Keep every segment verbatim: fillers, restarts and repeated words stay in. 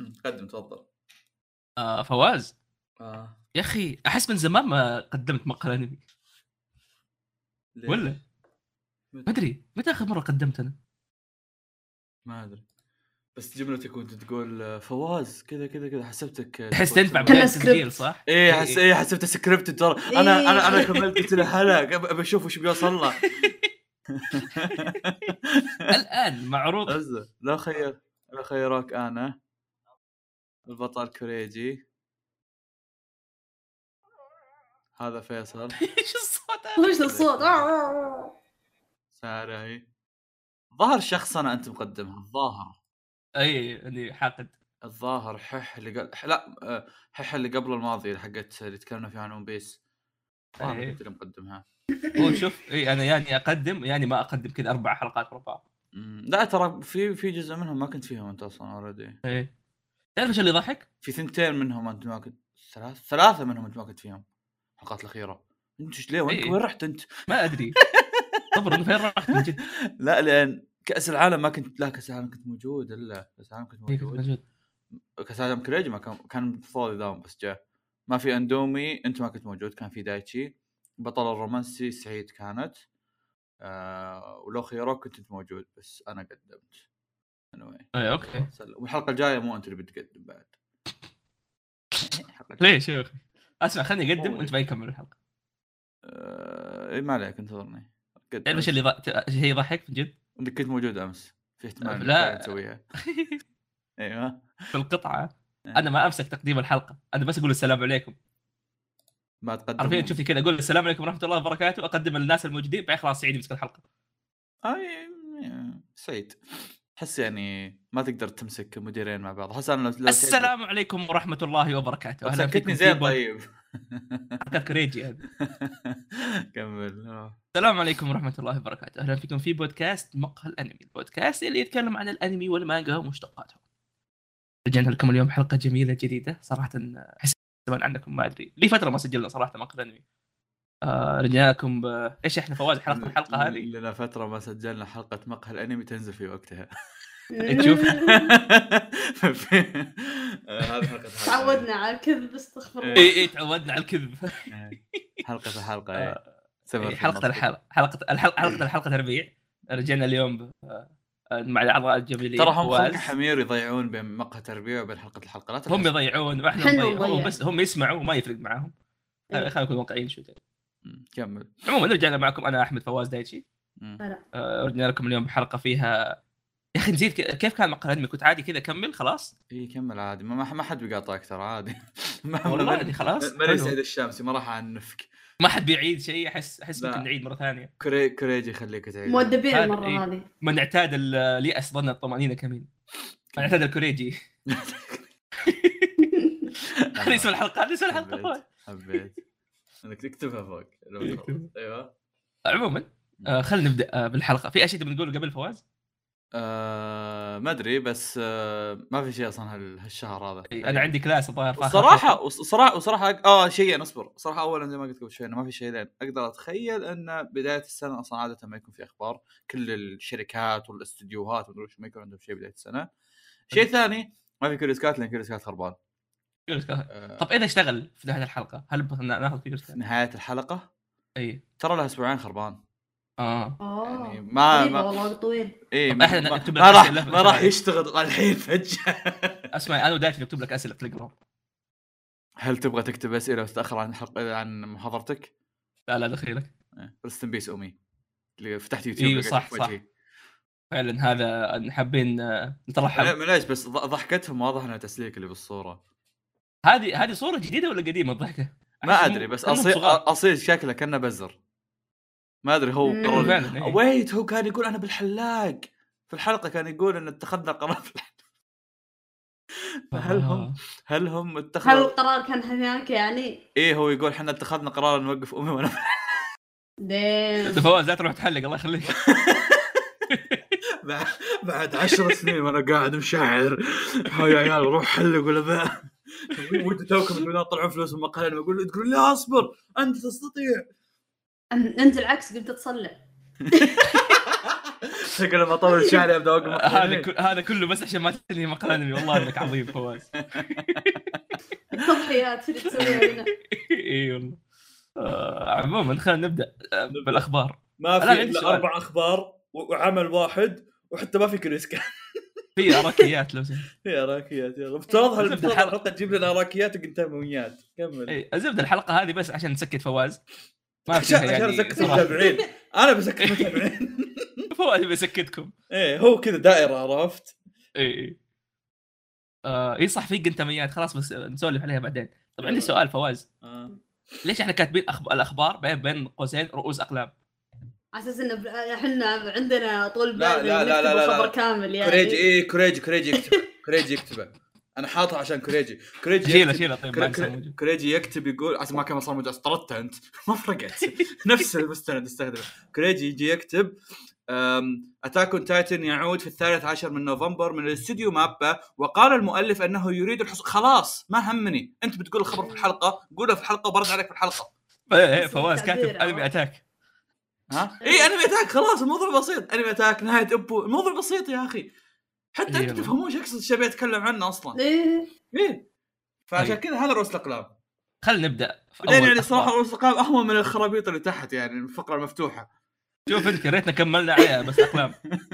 امم قدم تفضل. آه فواز اه يا اخي احس من زمان ما قدمت مقهى انمي ليش؟ ولا ما ادري متى اخر مره قدمت انا. ما ادري بس جملتك كنت تقول فواز كذا كذا كذا حسبتك تحس تبغى تنفع تسوي- بداية كنا التسجيل سكريبت. صح؟ ايه حس ايه حسبت سكريبت ترى انا انا انا كملت قلت له هلا ابى أبى اشوف وش بيوصل له. الان معروض أزة. لا خير لا خيرك انا البطل كوريجي هذا فيصل ايش الصوت هذا؟ وش الصوت؟ سارعي ظهر شخص انا انت مقدمها الظاهر اي اني حاقد. الظاهر حح اللي قبل لا آه، حح اللي قبل الماضي اللي حقت اللي تكلمنا فيها عن ون بيس ظاهر إيه. انت اللي مقدمها. هو شوف اي انا يعني اقدم يعني ما اقدم كذا اربع حلقات ورا بعض. مم. لا ترى في في جزء منهم ما كنت فيهم انت اصلا اوريدي. ايه تعرف ايش اللي يضحك؟ في ثنتين منهم انت ما كنت ثلاث ثلاثه منهم انت ما كنت فيهم الحلقات الاخيره. انت ايش ليه وين إيه. وين رحت انت؟ ما ادري صبر انه فين رحت من جد. لا لان كاس العالم ما كنت لا كاس العالم كنت موجود الا كاس العالم كنت إيه، كنت موجود. موجود. كاس العالم كريجي ما كان كان فاضي داوم بس جاء ما في اندومي انت ما كنت موجود كان في دايتشي بطل الرومانسي سعيد كانت آه ولو خيروك كنت انت موجود بس انا قدمت anyway. ايه اوكي والحلقه الجايه مو انت اللي بتقدم بعد. ليش يا اخي؟ اسمع خليني اقدم أوه. وانت بعدين كمل الحلقه. آه... ايه ما عليك انتظرني. تعرف ايش اللي ض... شيء يضحك جد؟ انك كنت موجود امس في احتمال انك لا. فعلا تسويها. ايوه في القطعه انا ما امسك تقديم الحلقه انا بس اقول السلام عليكم. ما تقدم عارفين تشوفني كذا اقول السلام عليكم ورحمه الله وبركاته اقدم الناس الموجودين بعدين خلاص سعيد يمسك الحلقه. اي سعيد حس يعني ما تقدر تمسك مديرين مع بعض. حسن لو لو السلام عليكم ورحمه الله وبركاته. اهلا فيكم زين طيب. حلقه كريجي هذه. كمل. السلام عليكم ورحمه الله وبركاته. اهلا فيكم في بودكاست مقهى الانمي البودكاست اللي يتكلم عن الانمي والمانجا ومشتقاتهم. رجعنا لكم اليوم حلقه جميله جديده صراحه احس زمان عنكم ما ادري لي فتره ما سجلنا صراحه مقهى الانمي. آه رجعنا لكم ب... ايش احنا فواز حلقه الحلقه هذه لنا فتره ما سجلنا حلقه مقهى الانمي تنزل في وقتها. تشوف هذه حلقه تعودنا على الكذب استغفر الله. اي اي تعودنا على الكذب. حلقه الحلقه إيه حلقه الحلقه حلقه الحلقه حلقه الحلقه تربيع. رجعنا اليوم مع الاعضاء الجميلين. ترى هم خلق حمير يضيعون بين مقهى تربيع وبين حلقه الحلقه. هم يضيعون واحنا نضيع هم بس هم يسمعوا وما يفرق معاهم. خلينا نكون واقعيين شوي. كمل. عموما رجعنا معكم انا احمد فواز دايتشي. آه رجعنا لكم اليوم بحلقه فيها يا اخي نسيت كيف كان مقهى الانمي. كنت عادي كذا كمل خلاص. اي كمل عادي ما ما حد بيقاطعك ترى عادي. والله خلاص ما يسعد الشمس ما راح عنفك. ما حد بيعيد شيء. احس احس ممكن نعيد مره ثانيه. كري كريجي خليك تعيد مؤدبين المره إيه؟ هذه. من نعتاد اليأس ظن الطمأنينة كمين. من نعتاد الكوريجي. هذا اسم الحلقه هذا اسم الحلقه. حبيت انك تكتبها فوق. ايوه عموما آه خلينا نبدا آه بالحلقه. في اشياء بنقول قبل فواز؟ آه ما ادري بس آه ما في شيء اصلا هالشهر هذا. انا عندي كلاس الظاهر صراحه وصراحه وصراحه اه شيئين اصبر صراحه. اولا زي ما قلت قبل شوي ما في شيء لين اقدر اتخيل ان بدايه السنه اصلا عاده ما يكون في اخبار. كل الشركات والاستديوهات ما يكون عندهم شيء بدايه السنه. شيء ثاني ما في كوريسكات لان كوريسكات خربان. آه. طب اذا اشتغل في نهايه الحلقه هل ناخذ كوريسكات نهايه الحلقه؟ اي ترى لها اسبوعين خربان. اه يعني ما ما والله طويل. ايه ما احنا نكتب لك ما راح ما راح يشتغل الحين فجاه. اسمع انا ودايتي نكتب لك اسئله تليجرام. هل تبغى تكتب اسئله وتتاخر عن حلقه عن محاضرتك؟ لا لا دخيلك رستم بيس امي اللي فتحت يوتيوب. ايوه صح صح فعلا هذا حابين نترحب. لا معليش بس ضحكتهم واضح انها تسليك اللي بالصوره. هذه هذه صوره جديده ولا قديمه الضحكه؟ ما ادري بس اصيل اصيل شكله كانه بزر ما ادري. هو فعلا ويت هو كان يقول انا بالحلاق في الحلقه كان يقول ان اتخذنا قرار. هل هم هل هم اتخذوا هل القرار كان هناك يعني؟ ايه هو يقول احنا اتخذنا قرار نوقف امي وانا دام فواز لا تروح تحلق الله يخليك. بعد بعد عشر سنين وانا قاعد مشاعر هاي يا عيال روح حلق ولا ذا. وانت توكم تقولون طلعوا فلوس من مقهى الانمي. اقول تقول لا اصبر انت تستطيع. انت العكس قلت تصلح. تقول لما اطول شعري ابدا اوقف مقهى هذا الانمي. كل- هذا كله بس عشان ما تنهي مقهى الانمي. والله انك عظيم فواز. التضحيات اللي تسويها هنا. اي والله. آه، عموما خلينا نبدا آه، بالاخبار. ما أنا في عندي الا سؤال. اربع اخبار وعمل واحد، وحتى ما في كريسكا. في اراكيات لو سمحت. يا راكيات يلا افترضها زبدة افترض الحلقة. الحلقه تجيب لنا راكيات وقنتاميات. كمل. اي الزبده الحلقه هذه بس عشان نسكت فواز. ما عشان فيها عشان يعني اسكت صراحة. المتابعين. انا بسكت المتابعين. فواز بيسكتكم. ايه هو كذا دائره عرفت. اي اي آه اي صح في قنتميات خلاص بس نسولف عليها بعدين. طب عندي سؤال فواز. آه. ليش احنا كاتبين أخب... الاخبار بين بين قوسين رؤوس اقلام؟ على اساس ان احنا عندنا طول لا، بال لا، لا، لا، نكتب لا. خبر كامل يعني. كوريجي ايه كوريجي كوريجي يكتب كوريجي يكتبه. انا حاطه عشان كوريجي كوريجي شيله يكتب- شيله طيب كوري- ما نسوي كوري- موجود. كوريجي يكتب يقول عشان ما كان صار موجود طردت انت ما فرقت. نفس المستند استخدمه. كوريجي يجي يكتب أتاك أون تايتن يعود في الثالث عشر من نوفمبر من الاستوديو مابا، وقال المؤلف أنه يريد الحصول. خلاص ما همني، أنت بتقول الخبر في الحلقة قوله في الحلقة وبرد عليك في الحلقة. إيه، فواز التعبير، كاتب انمي عرفت؟ اتاك. ها اي انمي اتاك خلاص الموضوع بسيط. انمي اتاك نهايه ابو الموضوع بسيط يا اخي. حتى إيه انت والله. تفهمون ايش اقصد ايش ابي اتكلم عنه اصلا. ايه ايه فعشان طيب. كذا هذا رؤوس الاقلام. خلينا نبدا في بعدين أول يعني أخبار. صراحه رؤوس الاقلام اهون من الخرابيط اللي تحت يعني الفقره المفتوحه. شوف انت يا ريتنا كملنا عليها بس اقلام.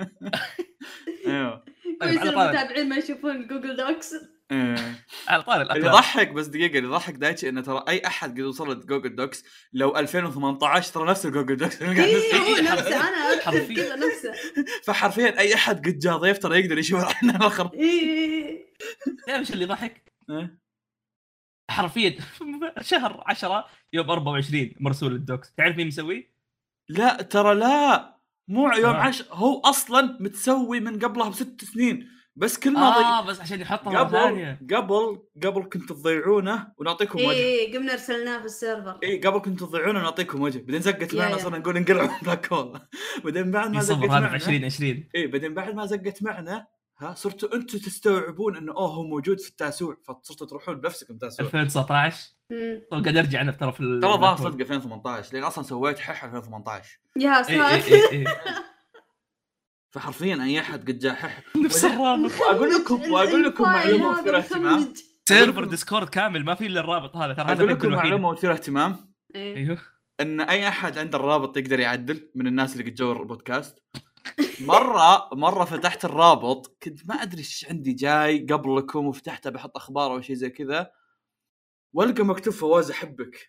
ايوه طيب، على ويصير طاري. المتابعين ما يشوفون جوجل دوكس. إيه. على طاري اللي الاقلام. يضحك بس دقيقه اللي يضحك دايتشي انه ترى اي احد قد وصل لجوجل دوكس لو ألفين وثمانية عشر ترى نفس الجوجل دوكس اللي قاعد ايه نسويه. هو نفسه انا اكتب حرفياً. كذا نفسه. فحرفيا اي احد قد جاء ضيف ترى يقدر يشوف عنه الاخر. ايه تعرف ايش اللي يضحك؟ إيه. حرفيا شهر عشرة يوم أربعة وعشرين مرسول الدوكس. تعرف مين مسويه؟ لا ترى لا مو يوم آه. عشر هو اصلا متسوي من قبلها بست سنين بس كل ما اه ضي... بس عشان يحطها مرة قبل ثانية. قبل قبل كنتوا تضيعونه ونعطيكم وجه. ايه قمنا ارسلناه في السيرفر. اي قبل كنتوا تضيعونه ونعطيكم وجه بعدين زقت يا معنا يا. صرنا نقول انقلعوا بلاك هول. بعدين بعد ما في زقت صبر هذا في معنا عشرين عشرين. اي بعدين بعد ما زقت معنا ها صرتوا انتم تستوعبون انه اوه هو موجود في التاسوع فصرتوا تروحون بنفسكم تاسوع. ألفين وتسعة عشر مم. قاعد ارجع انا ترى في ال- ترى ظاهر صدق ألفين وثمانية عشر لان اصلا سويت حح ألفين وثمانية عشر يا إيه إيه ساتر. إيه إيه. فحرفيا اي احد قد جاء حح. نفس الرابط. واقول لكم واقول لكم الفايل معلومه هذا مثيره اهتمام. مخمج. سيرفر ديسكورد كامل ما في الا الرابط هذا ترى. هذا اقول بنت لكم الوحيدة. معلومه مثيره اهتمام إيه. ايوه ان اي احد عنده الرابط يقدر يعدل من الناس اللي قد جوا البودكاست. مره مره فتحت الرابط كنت ما ادري ايش عندي جاي قبلكم وفتحته بحط اخبار او شيء زي كذا والقى مكتوب فواز احبك.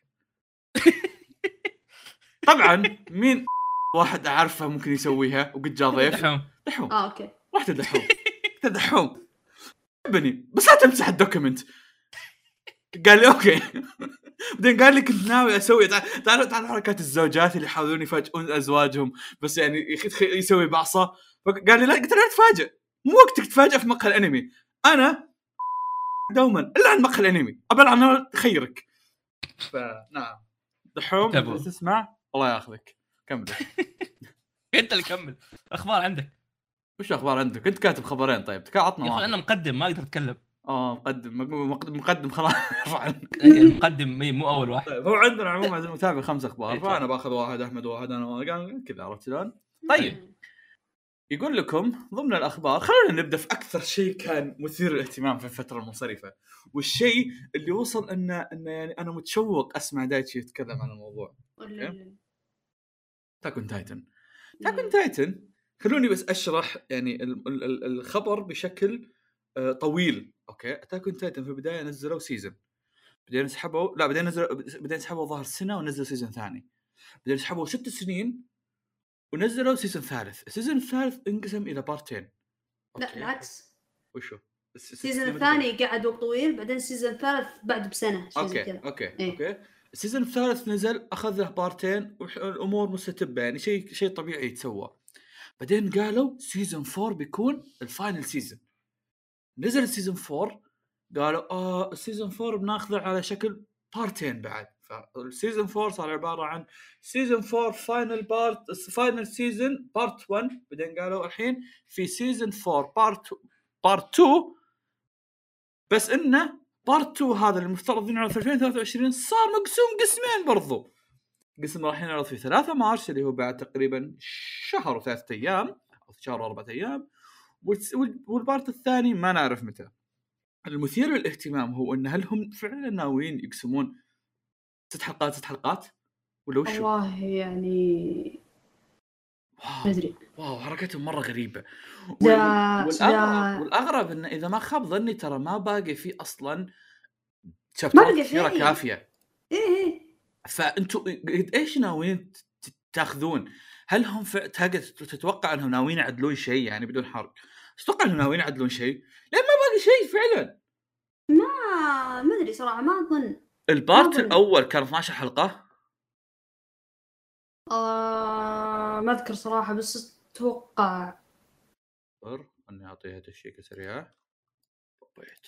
طبعا مين واحد اعرفه ممكن يسويها وقد جاء ضيف دحوم. دحوم. اه اوكي. رحت دحوم دحوم ابني بس لا تمسح الدوكيمنت. قال لي اوكي. بعدين قال لي كنت ناوي اسوي تعال تعال تعال حركات الزوجات اللي يحاولون يفاجئون ازواجهم بس يعني يخ- يسوي بعصا. فقال لي لا قلت له لا تفاجئ مو وقتك تفاجئ في مقهى الانمي. انا دوما الا عن مقهى الانمي ابل عن خيرك. فنعم دحوم تبو. تسمع الله ياخذك كمل. انت اللي كمل الاخبار عندك. وش اخبار عندك انت كاتب خبرين طيب عطنا يا اخي واحد. انا مقدم ما اقدر اتكلم. اه مقدم مقدم مقدم خلاص. إيه، مقدم مي- مو اول واحد. طيب هو عندنا عموما المتابع خمس اخبار إيه، فانا باخذ واحد احمد واحد انا واحد كذا عرفت شلون. طيب يقول لكم ضمن الاخبار خلونا نبدا في اكثر شيء كان مثير للاهتمام في الفتره المنصرفه والشيء اللي وصل ان ان يعني انا متشوق اسمع دايتشي يتكلم عن الموضوع. تاكون تايتن تاكون تايتن خلوني بس اشرح يعني ال- ال- ال- الخبر بشكل آه، طويل. اوكي تاكون تايتن في البدايه نزلوا سيزن بعدين سحبوا لا بعدين نزلوا بعدين سحبوا ظهر سنه ونزلوا سيزن ثاني بعدين سحبوا ست سنين ونزلوا سيزن ثالث. السيزن الثالث انقسم الى بارتين. لا العكس وشو السيزون الثاني قعد وقت طويل بعدين السيزون الثالث بعد بسنه شيء زي اوكي كذا. اوكي إيه. اوكي السيزون الثالث نزل اخذ له بارتين والامور مستتبه يعني شيء شيء طبيعي يتسوى. بعدين قالوا سيزون فور بيكون الفاينل سيزون. نزل السيزون فور قالوا اه السيزون فور بناخذه على شكل بارتين بعد. فالسيزون فور صار عباره عن سيزون فور فاينل بارت فاينل سيزون بارت واحد. بعدين قالوا الحين في سيزون فور بارت بارت تو بس انه بارت تو هذا المفترض ينعرض في ألفين وثلاثة وعشرين صار مقسوم قسمين برضو. قسم راح ينعرض في ثلاثة مارس اللي هو بعد تقريبا شهر وثلاثة ايام او شهر واربعة ايام، والبارت الثاني ما نعرف متى. المثير للاهتمام هو ان هل هم فعلا ناويين يقسمون ست حلقات ست حلقات ولا وش؟ والله يعني ما ادري. واو حركتهم مره غريبه. لا والاغرب والاغرب انه اذا ما خاب ظني ترى ما باقي فيه اصلا ما شابترات بقى كثيره شيء. كافيه. ايه ايه فانتوا قد ايش ناويين تاخذون؟ هل هم ف... تتوقع انهم ناويين يعدلون شيء يعني بدون حرق؟ تتوقع انهم ناويين يعدلون شيء؟ لان ما باقي شيء فعلا. ما ما ادري صراحه، ما اظن. البارت الاول كان اثنا عشر حلقه. آه ما اذكر صراحه، بس اتوقع اصبر اني اعطيها تشيكه سريعه. طبيت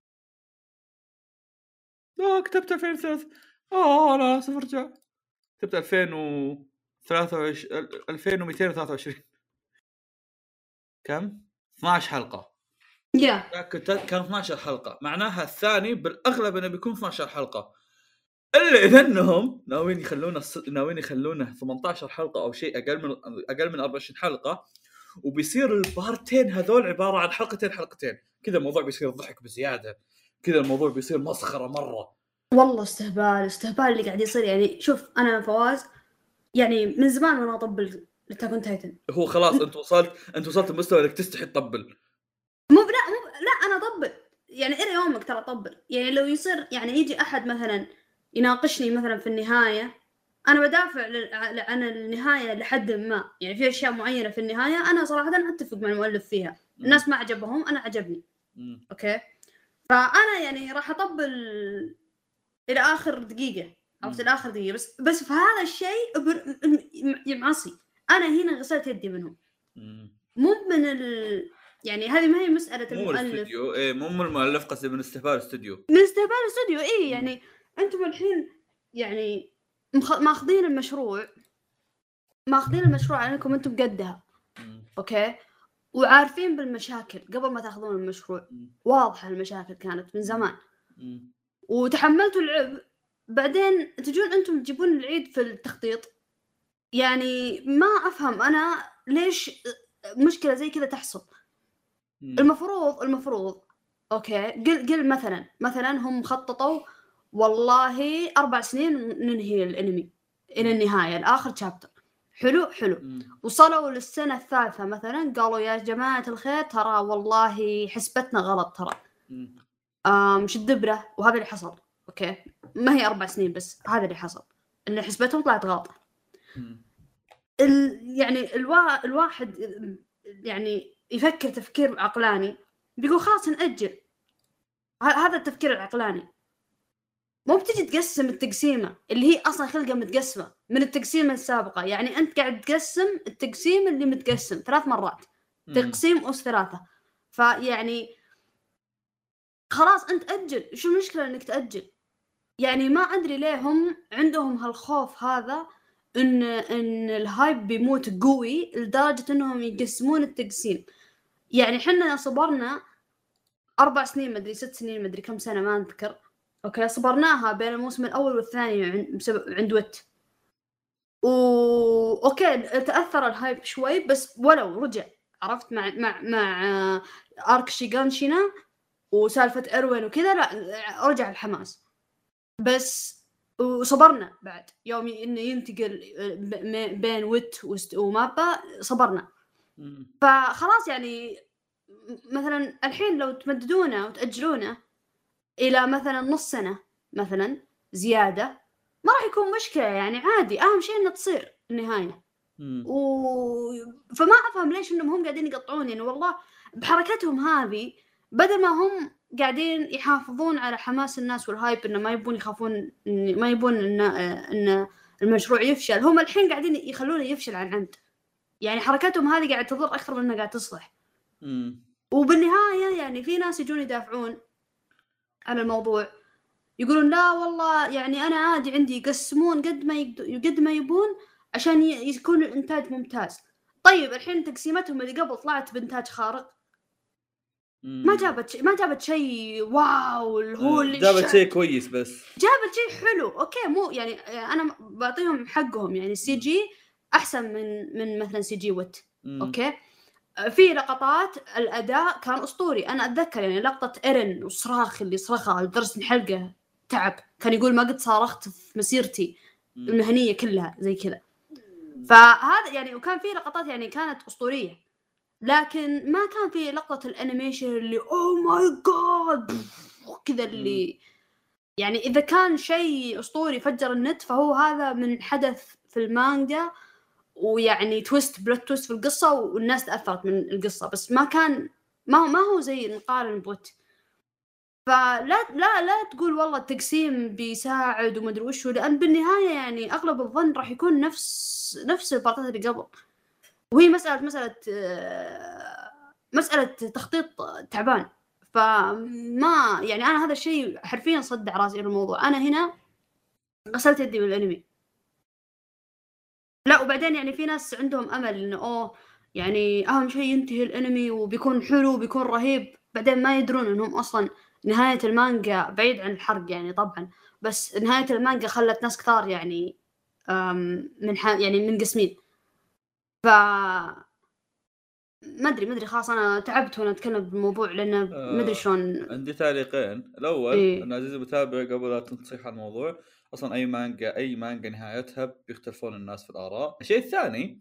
لا كتبت ألفين وثلاثة. اه لا صفر جاء. كتبت ألفين وثلاثة وعشرين ألفين ومئتين وثلاثة وعشرين. كم؟ اثنا عشر حلقه. يا كان اثنا عشر حلقه، معناها الثاني بالاغلب انه بيكون اثنا عشر حلقه، الا اذا انهم ناويين يخلونه ناويين يخلونه ثمانية عشر حلقه او شيء اقل من اقل من أربعة وعشرين حلقه، وبيصير البارتين هذول عباره عن حلقتين حلقتين كذا. الموضوع بيصير ضحك بزياده كذا، الموضوع بيصير مسخره مره. والله استهبال استهبال اللي قاعد يصير. يعني شوف انا فواز، يعني من زمان وانا اطبل لتاكون تايتن. هو خلاص انت وصلت انت وصلت لمستوى انك تستحي تطبل. مو لا مو لا انا اطبل يعني الى يومك ترى اطبل. يعني لو يصير يعني يجي احد مثلا يناقشني مثلا في النهايه، انا بدافع عن النهايه لحد ما، يعني في اشياء معينه في النهايه انا صراحه اتفق مع المؤلف فيها. الناس ما عجبهم، انا عجبني. مم. اوكي، فانا يعني راح اطبل الى اخر دقيقه او الى اخر دقيقه، بس بس في هذا الشيء معصي. انا هنا غسلت يدي منهم. مو من ال... يعني هذه ما هي مساله المؤلف، ايه مو من المؤلف، قصدي من استهبال الاستوديو. من استهبال الاستوديو. ايه يعني انتم الحين يعني مخ... ماخذين المشروع ماخذين المشروع على انكم انتم قدها. اوكي، وعارفين بالمشاكل قبل ما تاخذون المشروع. واضحه المشاكل كانت من زمان، وتحملتوا العبء. بعدين تجون انتم تجيبون العيد في التخطيط. يعني ما افهم انا ليش مشكله زي كذا تحصل. المفروض المفروض اوكي قل قل مثلا مثلا هم خططوا والله اربع سنين ننهي الانمي الى النهايه الاخر شابتر. حلو حلو مم. وصلوا للسنه الثالثه مثلا قالوا يا جماعه الخير ترى والله حسبتنا غلط ترى آم شد دبره. وهذا اللي حصل. اوكي ما هي اربع سنين بس، هذا اللي حصل ان حسبتهم طلعت غلط. ال... يعني الوا... الواحد يعني يفكر تفكير عقلاني بيقول خلاص نأجل. هذا التفكير العقلاني. مو بتجي تقسم التقسيمة اللي هي أصلا خلقة متقسمة من التقسيمة السابقة. يعني أنت قاعد تقسم التقسيم اللي متقسم ثلاث مرات، تقسيم أس ثلاثة. فيعني خلاص أنت أجل. شو المشكلة إنك تأجل؟ يعني ما أدري ليه هم عندهم هالخوف هذا إن إن الهايب بيموت قوي لدرجة إنهم يقسمون التقسيم. يعني حنا صبرنا أربع سنين مدري ست سنين مدري كم سنة ما أذكر. أوكي صبرناها بين الموسم الأول والثاني عند عند ويت. و أوكي تأثر الهايب شوي بس ولو رجع. عرفت مع مع مع أرك شيغانشينا وسالفة إروين وكذا، لا رجع الحماس. بس وصبرنا بعد يوم إنه ينتقل بين ويت ومابا صبرنا. فخلاص يعني مثلا الحين لو تمددونه وتأجلونه إلى مثلا نص سنة مثلا زيادة ما راح يكون مشكلة. يعني عادي، أهم شيء إنه تصير النهاية. و... فما أفهم ليش إنهم هم قاعدين يقطعون. يعني والله بحركتهم هذه بدل ما هم قاعدين يحافظون على حماس الناس والهايب إنه ما يبون يخافون ما يبون إن إن المشروع يفشل، هم الحين قاعدين يخلونه يفشل عن عمد. يعني حركتهم هذه قاعد تضر أكثر من إنها قاعد تصلح. وبالنهاية يعني في ناس يجون يدافعون عن الموضوع يقولون لا والله يعني أنا عادي عندي يقسمون قد ما قد ما يبون عشان يكون الإنتاج ممتاز. طيب الحين تقسيمتهم اللي قبل طلعت بإنتاج خارق. ما جابت شيء ما جابت شيء واو هو اللي جابت شيء كويس، بس جابت شيء حلو. أوكي مو يعني أنا بعطيهم حقهم. يعني السي جي أحسن من من مثلا سي جي ويت. أوكي في لقطات الاداء كان اسطوري. انا اتذكر يعني لقطه ايرن والصراخ اللي صرخها لدرجه الحلقه تعب، كان يقول ما قد صارخت في مسيرتي المهنيه كلها زي كذا. فهذا يعني، وكان في لقطات يعني كانت اسطوريه، لكن ما كان في لقطه الانيميشن اللي اوه ماي جاد كذا اللي يعني اذا كان شيء اسطوري فجر النت فهو هذا من حدث في المانجا، ويعني تويست بلوت تويست في القصه والناس تاثرت من القصه، بس ما كان ما هو ما هو زي نقارن بوت. فلا لا لا تقول والله التقسيم بيساعد وما ادري وش، لان بالنهايه يعني اغلب الظن راح يكون نفس نفس البارتات اللي قبل، وهي مساله مساله مساله تخطيط تعبان. فما يعني انا هذا الشيء حرفيا صدع راسي الموضوع. انا هنا غسلت يدي من الانمي. لا وبعدين يعني في ناس عندهم امل انه اوه يعني اهم شيء ينتهي الانمي وبيكون حلو وبيكون رهيب، بعدين ما يدرون انهم اصلا نهايه المانجا بعيد عن الحرق يعني طبعا، بس نهايه المانجا خلت ناس كثار يعني من ح... يعني منقسمين. ف ما ادري ما ادري خلاص انا تعبت وانا اتكلم بالموضوع لانه آه ما ادري شلون. عندي تعليقين. الاول إيه؟ ان عزيزي المتابع قبل لا تصيح على الموضوع، اصلا اي مانجا اي مانجا نهايتها بيختلفون الناس في الاراء. الشيء الثاني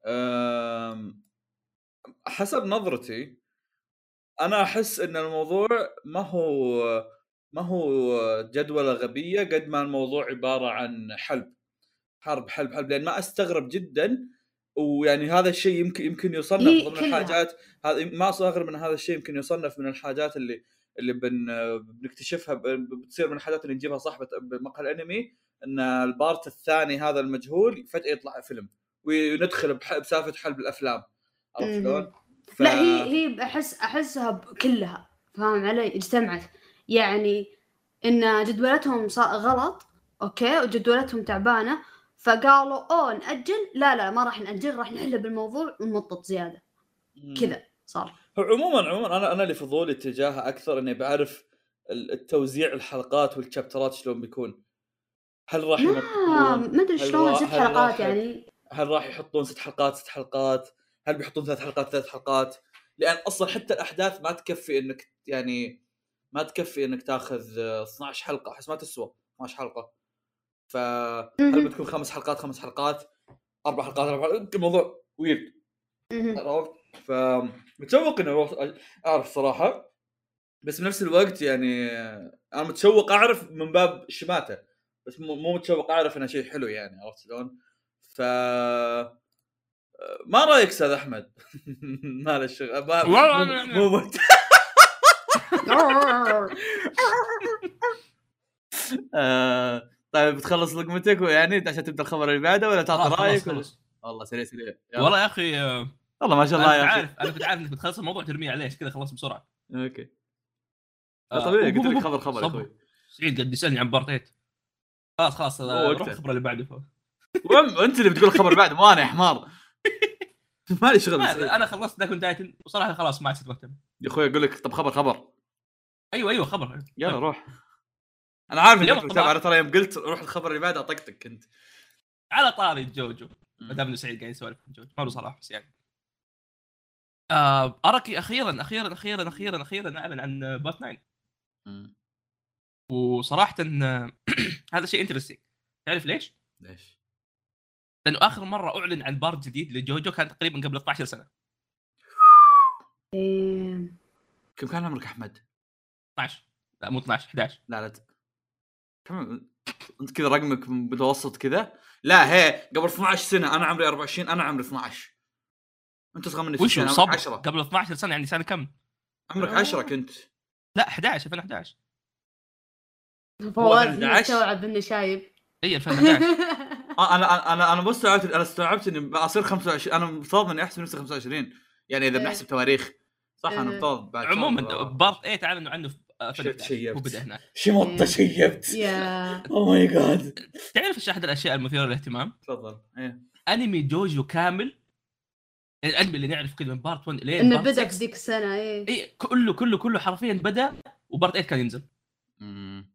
حسب نظرتي انا احس ان الموضوع ما هو ما هو جدولة غبية قد ما الموضوع عبارة عن حلب حرب حلب حلب لان ما استغرب جدا، ويعني هذا الشيء يمكن يمكن يصنف ضمن الحاجات. هذا ما استغرب من هذا الشيء يمكن يصنف من الحاجات اللي اللي بن بنكتشفها بتصير من الحاجات اللي نجيبها صاحبة مقهى الانمي، ان البارت الثاني هذا المجهول فجأة يطلع فيلم وندخل بسالفة حلب الافلام. عرفت شلون؟ ف... لا هي هي احس احسها كلها فاهم علي اجتمعت، يعني ان جدولتهم غلط اوكي وجدولتهم تعبانه، فقالوا اوه نأجل، لا لا ما راح نأجل، راح نحلب الموضوع ونمطط زياده كذا صار. عموما عموما انا انا اللي فضولي اتجاهها اكثر اني بعرف التوزيع الحلقات والشابترات شلون بيكون. هل راح يمططون؟ ما ادري شلون ست حلقات يعني؟ هل راح يحطون ست حلقات ست حلقات؟ هل بيحطون ثلاث حلقات ثلاث حلقات؟ لان اصلا حتى الاحداث ما تكفي انك يعني ما تكفي انك تاخذ اثنا عشر حلقه، احس ما تسوى اثنا عشر حلقه. فهل بتكون خمس حلقات خمس حلقات اربع حلقات اربع حلقات؟ الموضوع ويرد. عرفت؟ فمتشوق اني اعرف صراحه، بس بنفس الوقت يعني انا متشوق اعرف من باب شماته، بس مو متشوق اعرف انه شيء حلو يعني. عرفت شلون؟ ف ما رايك استاذ احمد؟ ما له شغل مو مو آه طيب بتخلص لقمتك يعني عشان تبدا الخبر اللي بعده ولا تعطي رايك؟ والله سريع سريع والله يا اخي والله ما شاء الله يا اخي. عارف انا كنت عارف انك بتخلص الموضوع ترميه عليه كذا خلص بسرعه. اوكي آه طبيعي قلت لك خبر خبر يا اخوي. سعيد قد يسالني عن بارتيت. خلاص خلاص روح الخبر اللي بعده. وانت اللي بتقول الخبر بعد مو انا يا حمار. مالي شغل. انا خلصت داكون تايتن وصراحه خلاص ما عاد مهتم يا اخوي اقول لك طب خبر خبر. ايوه ايوه خبر يلا روح. انا عارف انك بتتابع على ترى يوم قلت روح الخبر اللي بعده اطقطق كنت على طاري جوجو ما دام سعيد قاعد يسولف عن جوجو ما له صراحه بس يعني آه اراكي اخيرا اخيرا اخيرا اخيرا اخيرا اعلن عن بارت تسعة. امم وصراحه هذا شيء انترستينج. تعرف ليش؟ ليش؟ لانه اخر مره اعلن عن بارت جديد لجوجو كان تقريبا قبل اثنا عشر سنه. كم كان عمرك احمد؟ اثنا عشر لا مو اثنا عشر احد عشر. لا لا كم انت كذا رقمك متوسط كذا. لا هي قبل اثنا عشر سنه انا عمري أربعة وعشرين انا عمري اثنا عشر. انت صغير مني في سنه عشرة قبل اثنا عشر سنه يعني سنه كم عمرك؟ عشرة كنت. لا احد عشر ألفين وأحد عشر. فواز مستوعب اني شايب. اي ألفين وأحد عشر. انا انا انا مستوعبت انا استوعبت اني بصير خمسة وعشرين. انا مفترض اني احسب نفسي خمسة وعشرين يعني اذا بنحسب تواريخ صح. انا مفترض بعد عموما بارت ايه تعلنوا عنه شيبت وبدا هناك شمطه شيبت يا او ماي جاد. تعرف ايش احد الاشياء المثيره للاهتمام؟ تفضل. ايه انمي جوجو كامل الانمي اللي نعرف كده من بارت واحد لين انه بدا في ذيك السنه. ايه ايه كله كله كله حرفيا بدا وبارت ثمانية كان ينزل. امم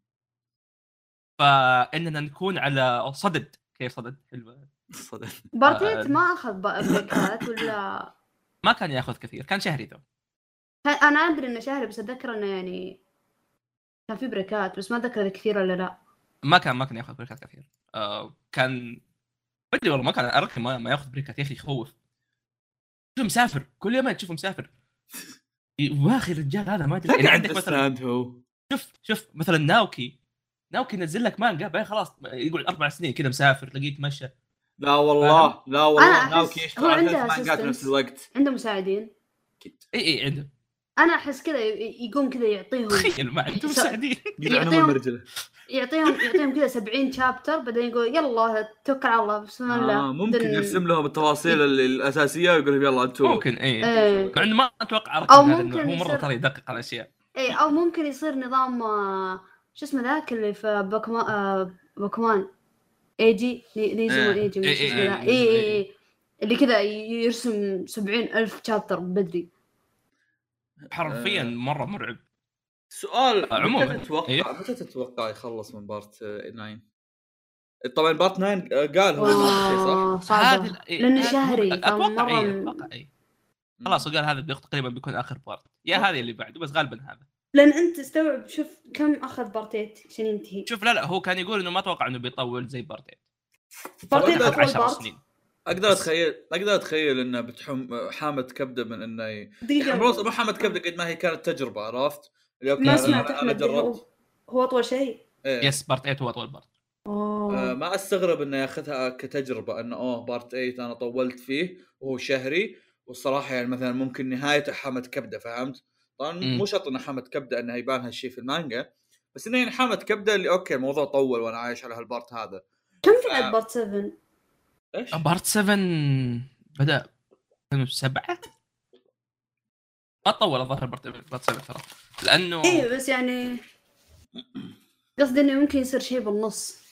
فاننا نكون على صدد. كيف صدد؟ حلوه صدد. بارت ثمانية ما اخذ بريكات ولا ما كان ياخذ كثير، كان شهري ذا. انا ادري انه شهري بس اتذكر انه يعني كان في بريكات بس ما اتذكر كثير ولا لا. ما كان ما كان ياخذ بريكات كثير. آه كان بدري والله ما كان اركب ما, ما ياخذ بريكات يا اخي يخوف. شوف مسافر كل يوم تشوفه مسافر واخي الرجال هذا ما ادري يعني عندك مثلا هو شوف شوف مثلا ناوكي ناوكي نزل لك مانجا بعدين خلاص يقعد اربع سنين كذا مسافر تلاقيه يتمشى. لا والله فهم؟ لا والله ناوكي يشتغل على مانجات بنفس الوقت. عنده مساعدين اكيد اي اي عنده. انا احس كذا يقوم كذا يعطيهم تخيل ما عنده مساعدين يلعنهم الرجل يعطيهم يعطيهم كذا سبعين شابتر بعدين يقول يلا توكل على الله بسم الله. آه ممكن دن... يرسم لهم التفاصيل الاساسيه ويقول لهم يلا انتم ممكن اي ايه. مع انه ما اتوقع او هذا ممكن هو مره يصير... ترى يدقق على الاشياء. اي او ممكن يصير نظام آه... شو اسمه ذاك اللي في بوكمان آه... بوكمان ايجي نيزو ايجي مش اسمه ذا اي اي اللي كذا يرسم سبعين ألف شابتر بدري حرفيا مره مرعب. سؤال عموما متى تتوقع إيه؟ متى تتوقع يخلص من بارت تسعة؟ طبعا بارت تسعة قال هو صح صعب لانه شهري اتوقع اي اتوقع اي خلاص وقال هذا تقريبا بيكون اخر بارت يا هذه اللي بعده بس غالبا هذا لان انت استوعب شوف كم اخذ بارتيت عشان ينتهي. شوف لا لا هو كان يقول انه ما اتوقع انه بيطول زي بارتيت بارتيت عشر سنين. اقدر اتخيل اقدر اتخيل انه بتحم حامد كبده من انه يعني مو حامد كبده قد ما هي كانت تجربه عرفت اللي ما سمعت احمد هو, هو اطول شيء إيه. يس بارت ثمانية هو اطول بارت. آه ما استغرب انه ياخذها كتجربه انه اوه بارت ثمانية انا طولت فيه وهو شهري والصراحه يعني مثلا ممكن نهايه حامد كبده فهمت طبعا مو شرط ان حامد كبده انه يبان هالشيء في المانجا بس انه يعني حامد كبده اللي اوكي الموضوع طول وانا عايش على هالبارت هذا. كم قعد ف... بارت سبعة؟ ايش بارت سبعة بدا ألفين وسبعة ما طول الظاهر بارت سبعة ترى لانه ايه بس يعني قصدي انه ممكن يصير شيء بالنص.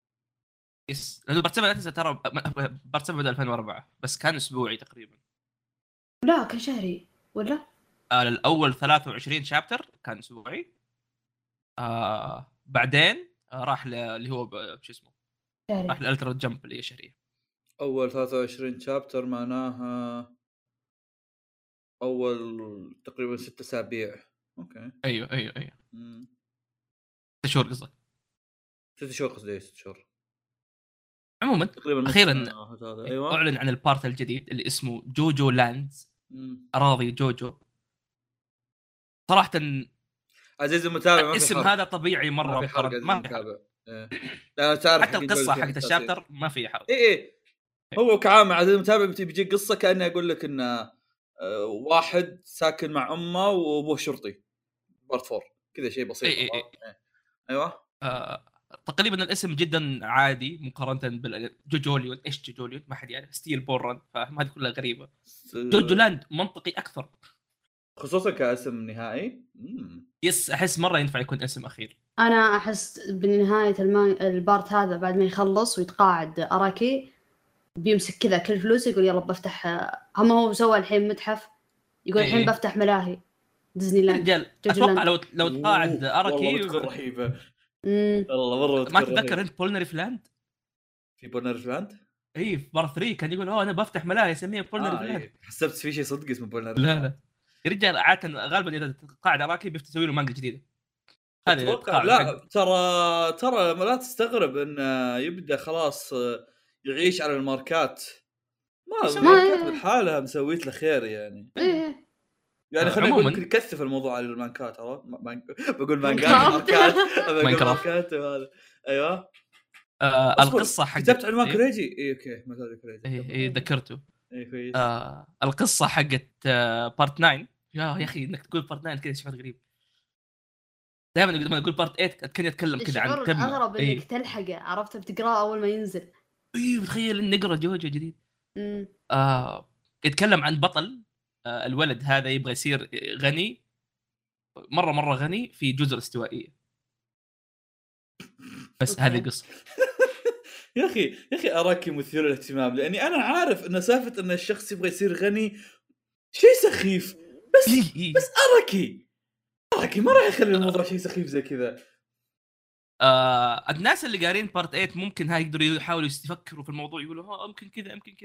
يس لانه بارت سبعة ترى بارت سبعة بدا ألفين وأربعة بس كان اسبوعي تقريبا. لا كان شهري ولا آه الاول ثلاثة وعشرين شابتر كان اسبوعي. آه بعدين آه راح اللي هو شو اسمه شهري. راح الالترا جمب اللي هي شهريه. اول ثلاثة وعشرين شابتر معناها اول تقريبا ستة اسابيع. اوكي ايوه ايوه ايوه امم ست شهور قصدك ست شهور قصدي ست شهور عموما تقريبا اخيرا أيوة. اعلن عن البارت الجديد اللي اسمه جوجو لاندز مم. اراضي جوجو. صراحه عزيزي المتابع ما في اسم هذا طبيعي مره ما في حرق ما في حرق. إيه. لا تعرف حتى القصه حقت الشابتر ما في حرق. اي اي هو كعام عزيزي المتابع بتجي قصه كانه يقول لك انه واحد ساكن مع امه وابوه شرطي بارت فور كذا شيء بسيط. إيه إيه. ايوه آه، تقريبا الاسم جدا عادي مقارنه بالجوجوليون. ايش جوجوليون ما حد يعرف ستيل بورن فهذه كلها غريبه. جوجو لاند منطقي اكثر خصوصا كاسم نهائي. مم. يس احس مره ينفع يكون اسم اخير. انا احس بنهايه المان... البارت هذا بعد ما يخلص ويتقاعد اراكي بيمسك كذا كل فلوس يقول يلا بفتح هم هو سوى الحين متحف يقول الحين إيه؟ بفتح ملاهي ديزني لاند. رجال اتوقع لو لو تقاعد اراكي والله رهيبه. امم والله مره ما تتذكر انت بولنري فلاند؟ في بولنري فلاند اي في بار ثلاثة كان يقول اوه انا بفتح ملاهي اسميها بولنري آه فلاند. إيه. حسبت في شيء صدق اسمه بولنري. لا لا يا رجال عاده غالبا اذا تقاعد اراكي بيفتسوي له مانجا جديده. هذه لا ترى ترى لا تستغرب انه يبدا خلاص يعيش على الماركات. ما الماركات بالحالها مسويت له خير يعني. ايه يعني خلينا نقول ممكن يكثف الموضوع على المانكات. عرفت بقول مانكات بقول ماركات وهذا ايوه. آه القصه حقت كتبت عنوان كريجي. اي اوكي مثلا كريجي اي اي ذكرته. اي كويس. آه القصه حقت آه بارت تسعة يا يا اخي انك تقول بارت تسعة كذا شيء غريب. دائما لما اقول بارت ثمانية كان يتكلم كذا عن قمه اغرب انك إيه؟ تلحقه عرفت بتقراه اول ما ينزل. ايوه تخيل ان نقرا جوجو جديد. امم آه يتكلم عن بطل آه الولد هذا يبغى يصير غني مره مره غني في جزر استوائيه بس هذه قصه. يا اخي يا اخي اراكي مثير للاهتمام لاني انا عارف ان سالفه ان الشخص يبغى يصير غني شيء سخيف بس بس اراكي اراكي ما راح يخلي الموضوع شيء سخيف زي كذا. آه الناس اللي قارين بارت ثمانية ممكن هاي يقدروا يحاولوا يفكروا في الموضوع يقولوا ها ممكن كذا ممكن كذا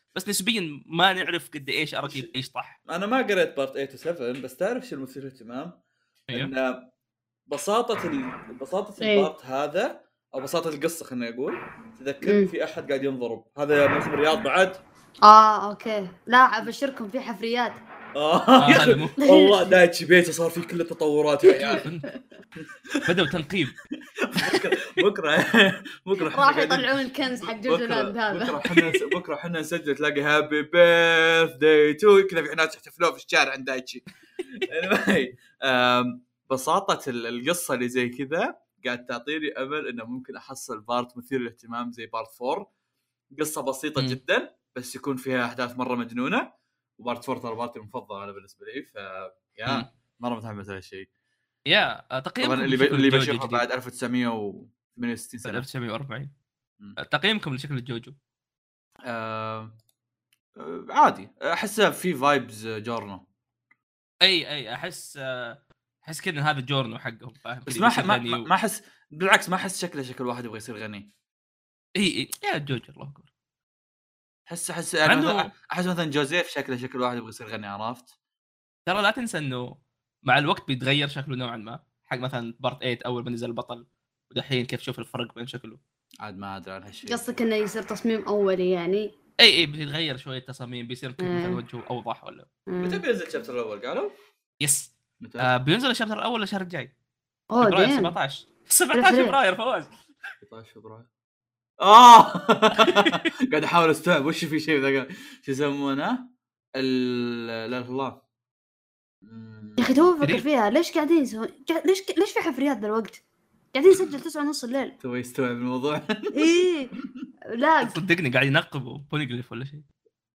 بس نسبيا ما نعرف قد ايش اراكي ايش صح. انا ما قريت بارت ثمانية و سبعة، بس تعرف شو المثير اهتمام؟ أيوه. ان بساطه ال... بساطه إيه. البارت هذا او بساطه القصه خليني اقول تذكرني مم. في احد قاعد ينضرب. هذا موسم الرياض بعد. اه اوكي، لا ابشركم في حفريات. اه آه، يا هذا اخي مو- والله دايتشي بيته صار فيه كل التطورات يا عيال. بدأوا تنقيب. بكره بكره بكره إحنا راح قاعدين- يطلعون الكنز حق جوجو بكره لاند هذا. بكره احنا بكره احنا نسجل تلاقي هابي بيرث داي تو كذا، في ناس يحتفلون في الشارع عند دايتشي. anyway، أم، بساطه ال- القصه اللي زي كذا قاعد تعطيني امل انه ممكن احصل بارت مثير للاهتمام زي بارت فور. قصه بسيطه مم. جدا بس يكون فيها احداث مره مجنونه. وبارت فور ترى بارتي المفضل انا بالنسبه لي، ف مم. يا مره متحمس لهالشيء. يا آه، تقييمكم طبعا اللي ب... لشكل اللي الجوجو بشوفه الجديد بعد ألف وتسعمية وثمانية وستين سنه. ألف وتسعمية وأربعين. مم. آه، تقييمكم لشكل الجوجو. آه... آه... عادي، احسه في فايبز جورنو. اي اي احس آه، احس كذا هذا جورنو حقهم، فاهم؟ بس كذا ما بيصير ح... ما غني ما و... ما احس، بالعكس ما احس شكله شكل واحد يبغى يصير غني. اي اي يا جوجو الله اكبر. احس احس انا عنده- مثلا احس مثلا جوزيف شكله شكل واحد يبغى يصير غني، عرفت؟ ترى لا تنسى انه مع الوقت بيتغير شكله نوعا ما، حق مثلا بارت ثمانية اول ما نزل البطل، ودحين كيف شوف الفرق بين شكله. عاد ما ادري عن هالشيء. قصدك انه يصير تصميم اولي يعني؟ اي اي بيتغير شويه تصاميم، بيصير كيف مثلا مم. وجهه اوضح ولا. متى مم. بينزل الشابتر الاول قالوا؟ يس. متى؟ آه بينزل الشابتر الاول الشهر الجاي، اوه فبراير دين. سبعتاشر سبعتاشر فبراير فواز. سبعة عشر فبراير. اه قاعد احاول استوعب وش في شيء ذا شو يسمونه ال لا لا الله. يا اخي تو افكر قريب. فيها، ليش قاعدين يسوون قاعد- ليش ليش في حفريات ذا الوقت؟ قاعدين نسجل تسعة ونص الليل. تو يستوعب الموضوع. ايه لا صدقني قاعد ينقبوا بونيجليف ولا شيء.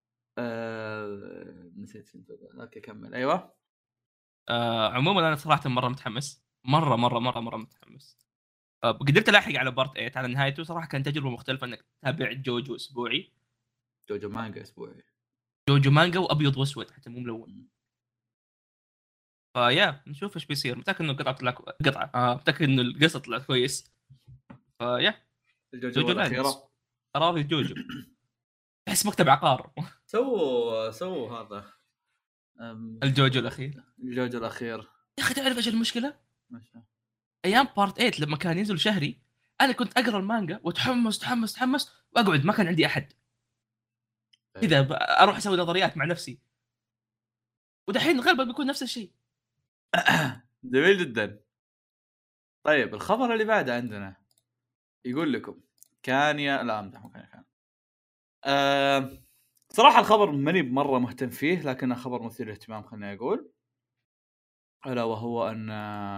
آه... نسيت انت. اوكي كمل. ايوه آه عموما انا صراحه مره متحمس، مره مره مره مره متحمس. آه قدرت الاحق على بارت ثمانية على نهايته، صراحه كانت تجربه مختلفه انك تتابع جوجو اسبوعي. جوجو مانجا اسبوعي. جوجو مانجا وابيض واسود حتى مو ملون. فيا نشوف ايش بيصير. متاكد انه قطعه طلع قطعه آه متاكد انه القصه طلعت كويس. فيا الجوجو جوجو الاخيره اراضي جوجو تحس مكتب عقار. سووا سووا هذا أم... الجوجو الاخير. الجوجو الاخير يا اخي تعرف ايش المشكله؟ ماشي. ايام بارت ثمانية لما كان ينزل شهري انا كنت اقرا المانجا وتحمس تحمس تحمس واقعد، ما كان عندي احد كذا ب- اروح اسوي نظريات مع نفسي. ودحين غالبا بيكون نفس الشيء. جميل جدا. طيب الخبر اللي بعده عندنا يقول لكم كان يا لا امزح مكان كان أه... صراحه الخبر ماني بمره مهتم فيه، لكنه خبر مثير للاهتمام خليني اقول، الا وهو ان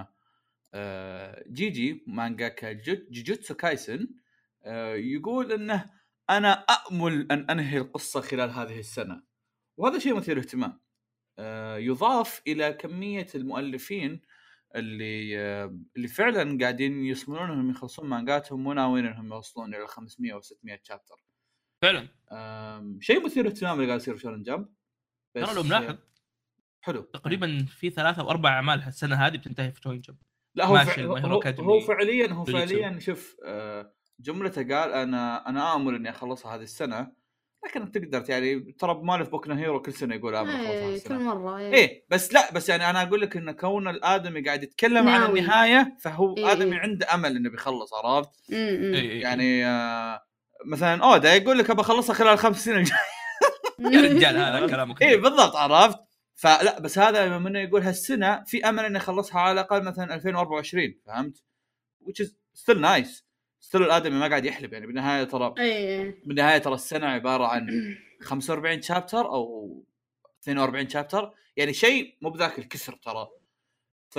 أه... جيجي مانجاكا جوجوتسو كايسن أه... يقول انه انا امل ان انهي القصه خلال هذه السنه، وهذا شيء مثير للاهتمام. أه... يضاف الى كميه المؤلفين اللي اللي فعلا قاعدين يصممون انهم يخلصون مانجاتهم وناويين انهم يوصلون الى خمسمية و ستمية شابتر. فعلا شيء مثير للاهتمام اللي قاعد يصير في شونن جمب. ترى لو ملاحظ حلو تقريبا في ثلاثة او اربع اعمال السنه هذه بتنتهي في شونن جمب. لا هو ماشي، فع... My Hero هو, Academy، هو فعليا هو جوجوتسو. فعليا شوف آه، جملته قال انا انا امل اني اخلصها هذه السنه، لكن تقدر يعني ترى بمالف بوك هيرو كل سنه يقول امل اخلصها هذه ايه كل السنه. مره ايه, ايه بس لا بس يعني انا اقول لك ان كون الادمي قاعد يتكلم عن ناوي. النهايه فهو إيه ادمي إيه. عنده امل انه بيخلص، عرفت؟ امم اي اي يعني آه مثلا اودا يقول لك ابى اخلصها خلال خمس سنين الجايه. يا رجال هذا كلامك. ايه بالضبط عرفت. فلا بس هذا لما يقول هالسنه في امل اني اخلصها على الاقل مثلا ألفين وأربعة وعشرين، فهمت؟ which is still nice. still الادمي ما قاعد يحلب يعني بالنهايه ترى ايه بالنهايه ترى السنه عباره عن خمسة وأربعين شابتر او اثنين وأربعين شابتر، يعني شيء مو بذاك الكسر ترى. ف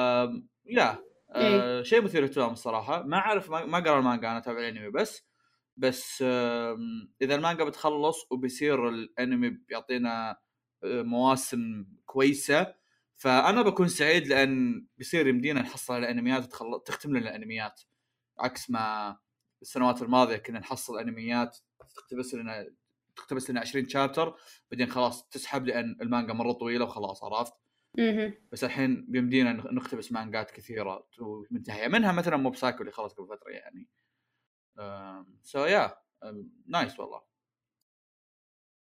يا آه شيء مثير للاهتمام الصراحه. ما اعرف ما, ما قرا المانجا، انا اتابع الانمي بس بس آه اذا المانجا بتخلص وبيصير الانمي بيعطينا مواسم كويسه فانا بكون سعيد، لان بيصير يمدينا نحصل الانميات وتخل... تختم لنا الانميات، عكس ما السنوات الماضيه كنا نحصل انميات تقتبس لنا تقتبس لنا عشرين شابتر بعدين خلاص تسحب لان المانجا مره طويله وخلاص، عرفت؟ بس الحين بيمدينا نقتبس مانجات كثيره منتهيه منها، مثلا موب سايكو اللي خلص قبل فتره يعني. سو يا نايس والله.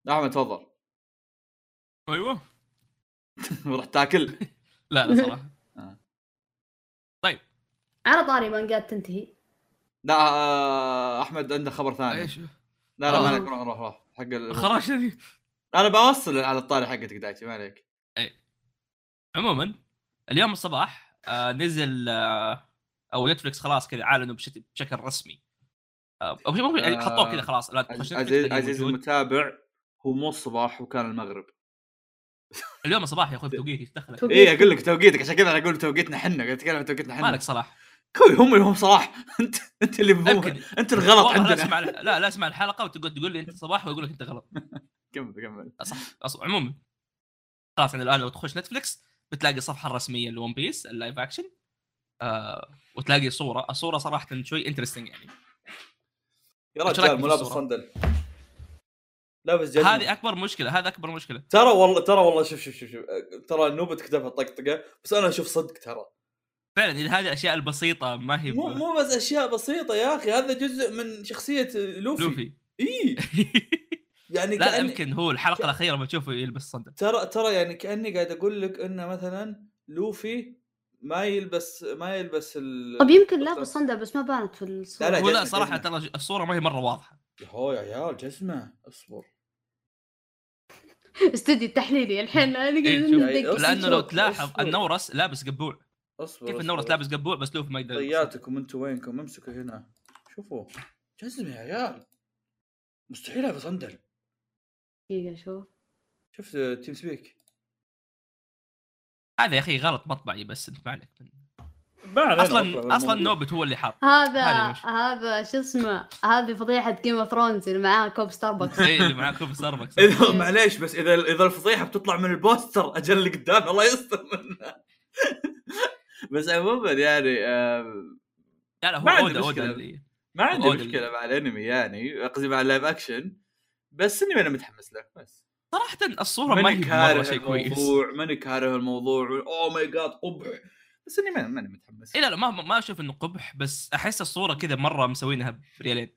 احمد تفضل. ايوه رح تاكل. لا لا صراحه. آه. طيب على طاري مانجات تنتهي. لا آه، احمد عنده خبر ثاني. ايش لا لا ما آه. عليك، روح روح روح حق ال... خرجتني. انا بوصل على الطاري حقتك دايتي، ما عليك. عموما اليوم الصباح آه نزل آه او نتفلكس خلاص كذا اعلنوا بشكل بشكل رسمي آه او ممكن يعني آه، حطوه كذا خلاص. لا تخش عزيز نتفلكس عزيز موجود المتابع، هو مو الصباح وكان المغرب. اليوم الصباح يا اخوي توقيتي دخلك. توقيت. ايه اقول لك توقيتك، عشان كذا انا اقول توقيتنا احنا، قاعد اتكلم عن توقيتنا احنا. مالك صلاح كوي هم اللي هم صلاح. انت انت اللي مو يمكن انت الغلط والله لا عندنا. اسمع لا لا اسمع الحلقه وتقول تقول لي انت صباح واقول لك انت غلط. كمل كمل. صح أص... عموما خلاص يعني الان لو تخش نتفلكس بتلاقي الصفحه الرسميه لون بيس اللايف اكشن آه وتلاقي صوره الصوره صراحه شوي انترستنج يعني. يا إيش رأيك رجال في مو لابس الصورة؟ صندل، لابس جزمة. هذه اكبر مشكله هذا اكبر مشكله ترى والله ترى والله شوف شوف شوف, شوف. ترى نوبة كتبها طقطقة، بس انا اشوف صدق ترى. فعلا اذا هذه الاشياء البسيطه ما هي مو مو بس اشياء بسيطة يا اخي، هذا جزء من شخصية لوفي, لوفي. اي يعني لا كأني... يمكن هو الحلقه الاخيره ما تشوفه يلبس صندل. ترى ترى يعني كأني قاعد اقول لك انه مثلا لوفي ما يلبس ما يلبس ال... طب يمكن لابس صندل بس ما بانت في الصورة. لا لا هو لا جزمة صراحه جزمة. ترى الصوره ما هي مره واضحه. هو يا عيال جزمة اصبر. استديو التحليلي الحين إيه، شوف. لانه لو تلاحظ أصبر. النورس لابس قبوع. اصبر كيف أصبر النورس أصبر. لابس قبوع بس لوفي ما يقدر يلبس صندل. طياتكم انتوا وينكم؟ امسكوا هنا شوفوا جزمة يا عيال، مستحيل ابى صندل. دقيقة شوف. شفت تيم سبيك؟ هذا يا اخي غلط مطبعي بس انت ما عليك. اصلا اصلا اصلا نوبت هو اللي حاط هذا هذه مش- هذا شو اسمه، هذه فضيحة جيم اوف ثرونز اللي معاه كوب ستاربكس. ايه اللي معاه كوب ستاربكس. اذا معليش بس اذا اذا الفضيحه بتطلع من البوستر اجل اللي قدام الله يستر منها. بس عموما يعني آم، لا لا هو ما عندي اودا اودا مشكلة. اللي ما عندي أودل. مشكله مع الانمي، يعني قصدي مع اللايف اكشن، بس اني انا متحمس له. بس صراحه الصوره ما ماني هي مره كاره شيء كويس. الموضوع، ماني كاره الموضوع، اوه ماي جاد قبح، بس اني ماني ماني متحمس. إيه لا لا ما ما اشوف انه قبح بس احس الصوره كذا مره مسوينها بريالين.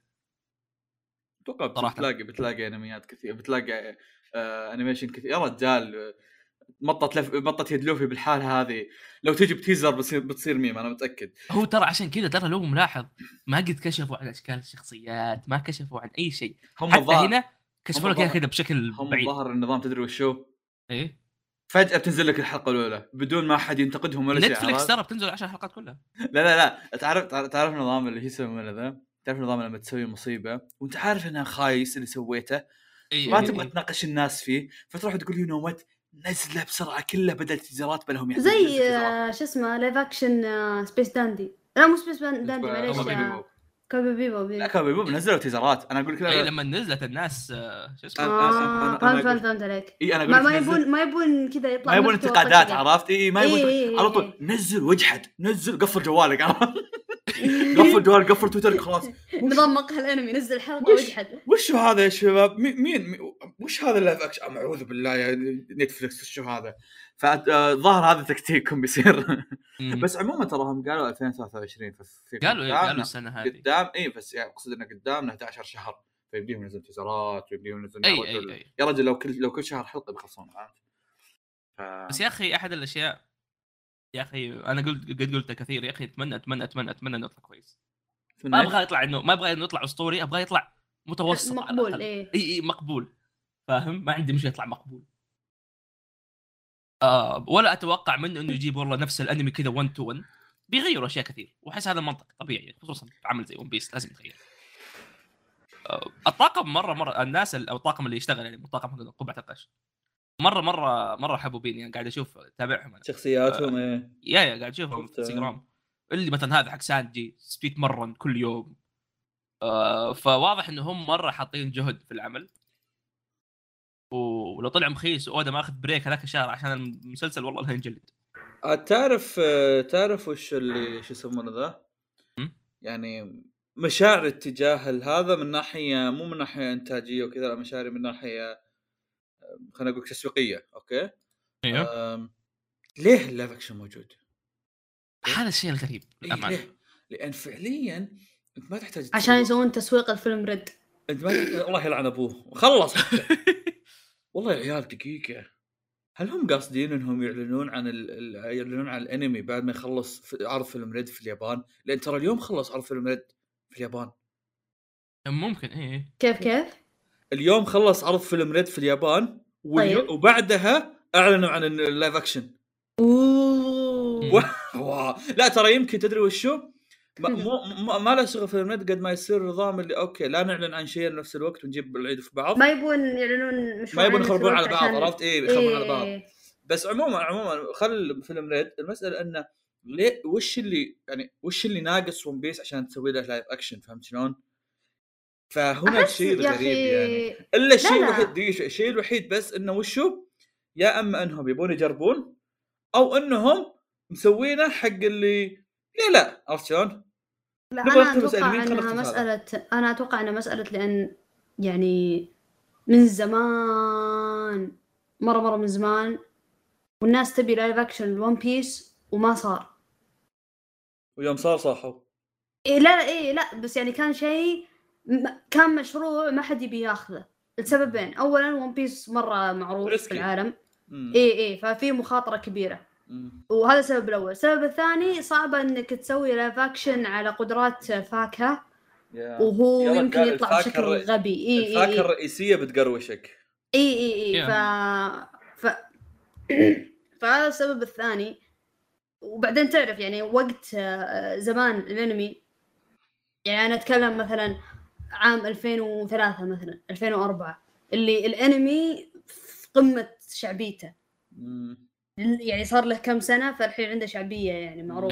اتوقع صراحة. بتلاقي بتلاقي انميات كثير، بتلاقي آه انيميشن كثير يا رجال. آه، مطت لف... مطت يد لوفي بالحالة هذه لو تجي بتيزر بتصير بتصير ميم، انا متاكد. هو ترى عشان كذا ترى لو ملاحظ ما قد كشفوا عن اشكال الشخصيات ما كشفوا عن اي شيء هم حتى الظاهر هنا كشفوا لك الظاهر- كذا بشكل هم بعيد. ظهر النظام تدري وشو؟ ايه فجأة بتنزل لك الحلقة الأولى بدون ما أحد ينتقدهم ولا شيء. نتفلكس عرفت؟ ترى بتنزل عشر حلقات كلها. لا لا لا تعرف تعرف, تعرف نظام اللي هي يسمونه ذا، تعرف نظام لما تسوي مصيبة وأنت عارف أنها خايس اللي سويته إيه ما إيه تبغى إيه. تناقش الناس فيه، فتروح تقول يو نو وات نزله بسرعة كله بدل تيزرات بلهم يحتاج زي آه، شو اسمه لايف اكشن آه، سبيس داندي. لا مو سبيس داندي معليش. كوبي آه، بيبو. كوبي بيبو. لا كوبي بيبو نزلوا تيزرات، أنا أقول لك اي لا لما نزلت الناس آه، شو اسمه أنا- آه، أنا- أنا فهمت أقول- فهمت فهمت عليك. إي أنا ما أقول ما لك نزل- يبون ما يبون كذا يطلع ما يبون محتوى انتقادات، طقطقة. عرفت؟ اي ما يبون إيه إيه إيه على طول إيه. نزل واجحد، نزل قفل جوالك، عرفت؟ قفل جوالك قفل تويترك خلاص. نظام مقهى الانمي نزل حلقه وش- واجحد. وش هذا يا شباب؟ مين مين وش هذا اللايف اكشن؟ اعوذ بالله يا نتفلكس شو هذا؟ فالظاهر هذا تكتيككم بيصير. مم. بس عموما تراهم قالوا ألفين وثلاثة وعشرين في قالوا إيه قدامنا- قالوا السنه هذه. قدام اي بس يعني اقصد انه قدامنا أحد عشر شهر فيبديهم ينزل تيزرات ويبديهم ينزل. أي يا أي رجل أي. يا رجل لو كل لو كل شهر حلقه بيخلصون، عرفت؟ ف... بس يا اخي احد الاشياء يا اخي انا قلت قد قلت كثير يا اخي اتمنى اتمنى اتمنى اتمنى انه يطلع كويس. ما ابغى يطلع انه ما ابغى انه يطلع اسطوري، ابغى يطلع متوسط على مقبول. الأقل. ايه اي اي مقبول فاهم، ما عندي مشكله يطلع مقبول. آه ولا اتوقع منه انه يجيب والله نفس الانمي كذا واحد تو واحد، بيغيروا اشياء كثير واحس هذا المنطق طبيعي خصوصا في عمل زي ون بيس لازم يتغير. آه الطاقم مره مره الناس او الطاقم اللي يشتغل يعني الطاقم حق قبعه القش مره مره مره حبوبين يعني قاعد اشوف اتابعهم انا شخصياتهم ايه يا يا قاعد اشوفهم في شفتها. انستغرام اللي مثلا هذا حق سانجي بيتمرن كل يوم. آه فواضح انه هم مره حاطين جهد في العمل، ولو طلع مخيس واودا ما اخذ بريك هذاك الشهر عشان المسلسل والله لا ينجلد. تعرف تعرف وش اللي شو يسمونه ذا؟ م? يعني مشاعر اتجاه هذا من ناحيه مو من ناحيه انتاجيه وكذا، لا مشاعري من ناحيه خلينا نقول تسويقيه. اوكي ايوه أم... ليه اللايف اكشن موجود؟ هذا الشيء الغريب إيه للامانه. ليه؟ لان فعليا انت ما تحتاج عشان يسوون تسويق الفيلم ريد. انت ما تحتاج... الله يلعن ابوه خلص حتى. والله يا عيال دقيقة، هل هم قاصدين انهم يعلنون عن ال... ال... يعلنون عن الانمي بعد ما يخلص في عرض فيلم ريد في اليابان؟ لان ترى اليوم خلص عرض فيلم ريد في اليابان. ممكن ايه كيف كيف اليوم خلص عرض فيلم ريد في اليابان واليو... طيب. وبعدها اعلنوا عن اللايف اكشن. اوه و... لا ترى يمكن تدري وشو ما مو ما, ما له شغل فيلم ريد قد ما يصير نظام اللي اوكي لا نعلن عن شيء بنفس الوقت ونجيب العيد في بعض. ما يبون يعلنون مشروع، ما يبون يخربون على بعض، عشان... عرفت؟ ايه يخربون إيه على بعض. بس عموما عموما خل فيلم ريد المسألة انه ليه وش اللي يعني وش اللي ناقص ون بيس عشان تسوي له لايف اكشن، فهمت شلون؟ فهنا الشيء الغريب يعني الا الشيء الوحيد دي الشيء الوحيد بس انه وشو يا اما انهم يبون يجربون او انهم مسوينه حق اللي ليه لا، عرفت شلون؟ لا انا اتوقع انها مسألة انا اتوقع انها مسألة لان يعني من زمان مرة مرة من زمان والناس تبي لايف اكشن ون بيس وما صار، ويوم صار صاحوا. إيه لا إيه لا بس يعني كان شيء م... كان مشروع ما حد يبي ياخذه لسببين. اولا ون بيس مرة معروف رسكي في العالم، ايه ايه ففي مخاطرة كبيرة. مم. وهذا السبب الاول. السبب الثاني صعب انك تسوي لايف اكشن على قدرات فاكهة وهو يمكن يطلع بشكل غبي. إيه الفاكهة إيه الرئيسية بتقروشك. اي اي اي ف ف فهذا السبب الثاني. وبعدين تعرف يعني وقت زمان الانمي، يعني انا اتكلم مثلا عام ألفين وثلاثة مثلا ألفين وأربعة اللي الانمي في قمة شعبيته. مم. يعني صار له كم سنة فالحين عنده شعبية يعني معروف.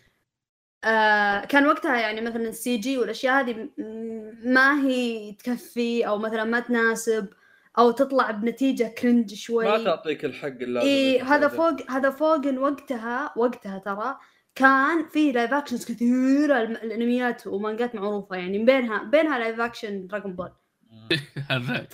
آه كان وقتها يعني مثلا السي جي والاشياء هذه ما هي تكفي او مثلا ما تناسب او تطلع بنتيجه كرنج شوي، ما تعطيك الحق اللازم. إيه هذا فوق هذا فوق وقتها وقتها ترى كان في لايف اكشنز كثيره الانميات ومانجات معروفه يعني بينها بينها لايف اكشن دراغون بول. ف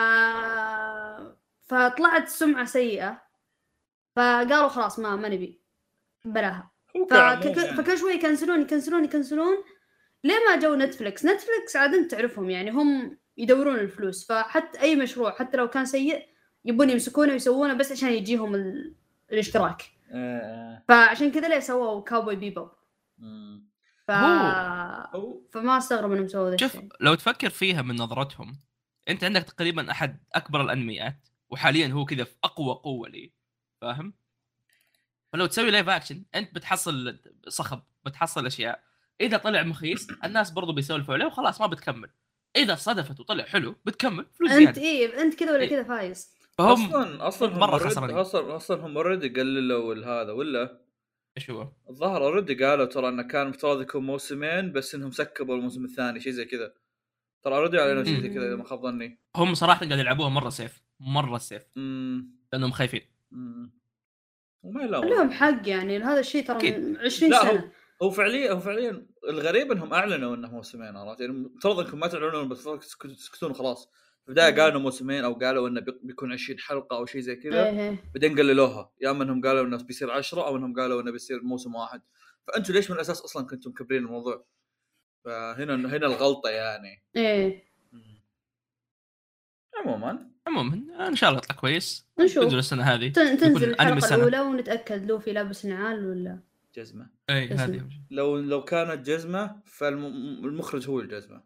فطلعت سمعه سيئه فقالوا خلاص ما ما نبي بلاها. فك... فكل شوي يكنسلون يكنسلون يكنسلون ليه ما جو نتفليكس. نتفليكس عاد انت تعرفهم يعني هم يدورون الفلوس، فحتى اي مشروع حتى لو كان سيء يبون يمسكونه ويسوونه بس عشان يجيهم ال... الاشتراك. فعشان كذا ليه سووا كاوبوي بيبوب. ف... فما استغرب انهم سووا ذا الشيء. لو تفكر فيها من نظرتهم، انت عندك تقريبا احد اكبر الانميات وحاليا هو كذا في اقوى قوه لي، فاهم؟ فلو تسوي لايف اكشن انت بتحصل صخب، بتحصل اشياء. اذا طلع مخيس الناس برضو بيسولفوا عليه وخلاص ما بتكمل. اذا صدفت وطلع حلو بتكمل فلوس زياده. انت ايه انت كذا ولا إيه؟ كذا فايز. اصلا اصلا مره خسرانين. اصلا اصلا هم اوريدي قللوا هذا ولا ايش هو الظاهر اوريدي قالوا ترى انه كان مفترض يكون موسمين بس انهم سكبوا الموسم الثاني شيء زي كذا. ترى اوريدي علينا شيء زي كذا اذا ما خاب ظني. هم صراحه قاعد يلعبوها مره سيف مره سيف لانهم خايفين. وما لا لهم حق يعني هذا الشيء ترى من عشرين سنه. هو فعليا هو فعليا الغريب انهم اعلنوا انه موسمين، عرفت؟ يعني مفترض انكم ما تعلنون بس تسكتون خلاص. في البدايه قالوا موسمين او قالوا انه بيكون عشرين حلقه او شيء زي كذا. بعدين قللوها، يا اما انهم قالوا انه بيصير عشرة او انهم قالوا انه بيصير موسم واحد. فانتوا ليش من الاساس اصلا كنتم مكبرين الموضوع؟ فهنا هنا الغلطه يعني. ايه عموما عموما ان شاء الله يطلع كويس. تنزل السنه هذه تنزل الحلقه الاولى ونتاكد لوفي لابس نعال ولا جزمه. اي هذه لو لو كانت جزمه فالمخرج هو الجزمه.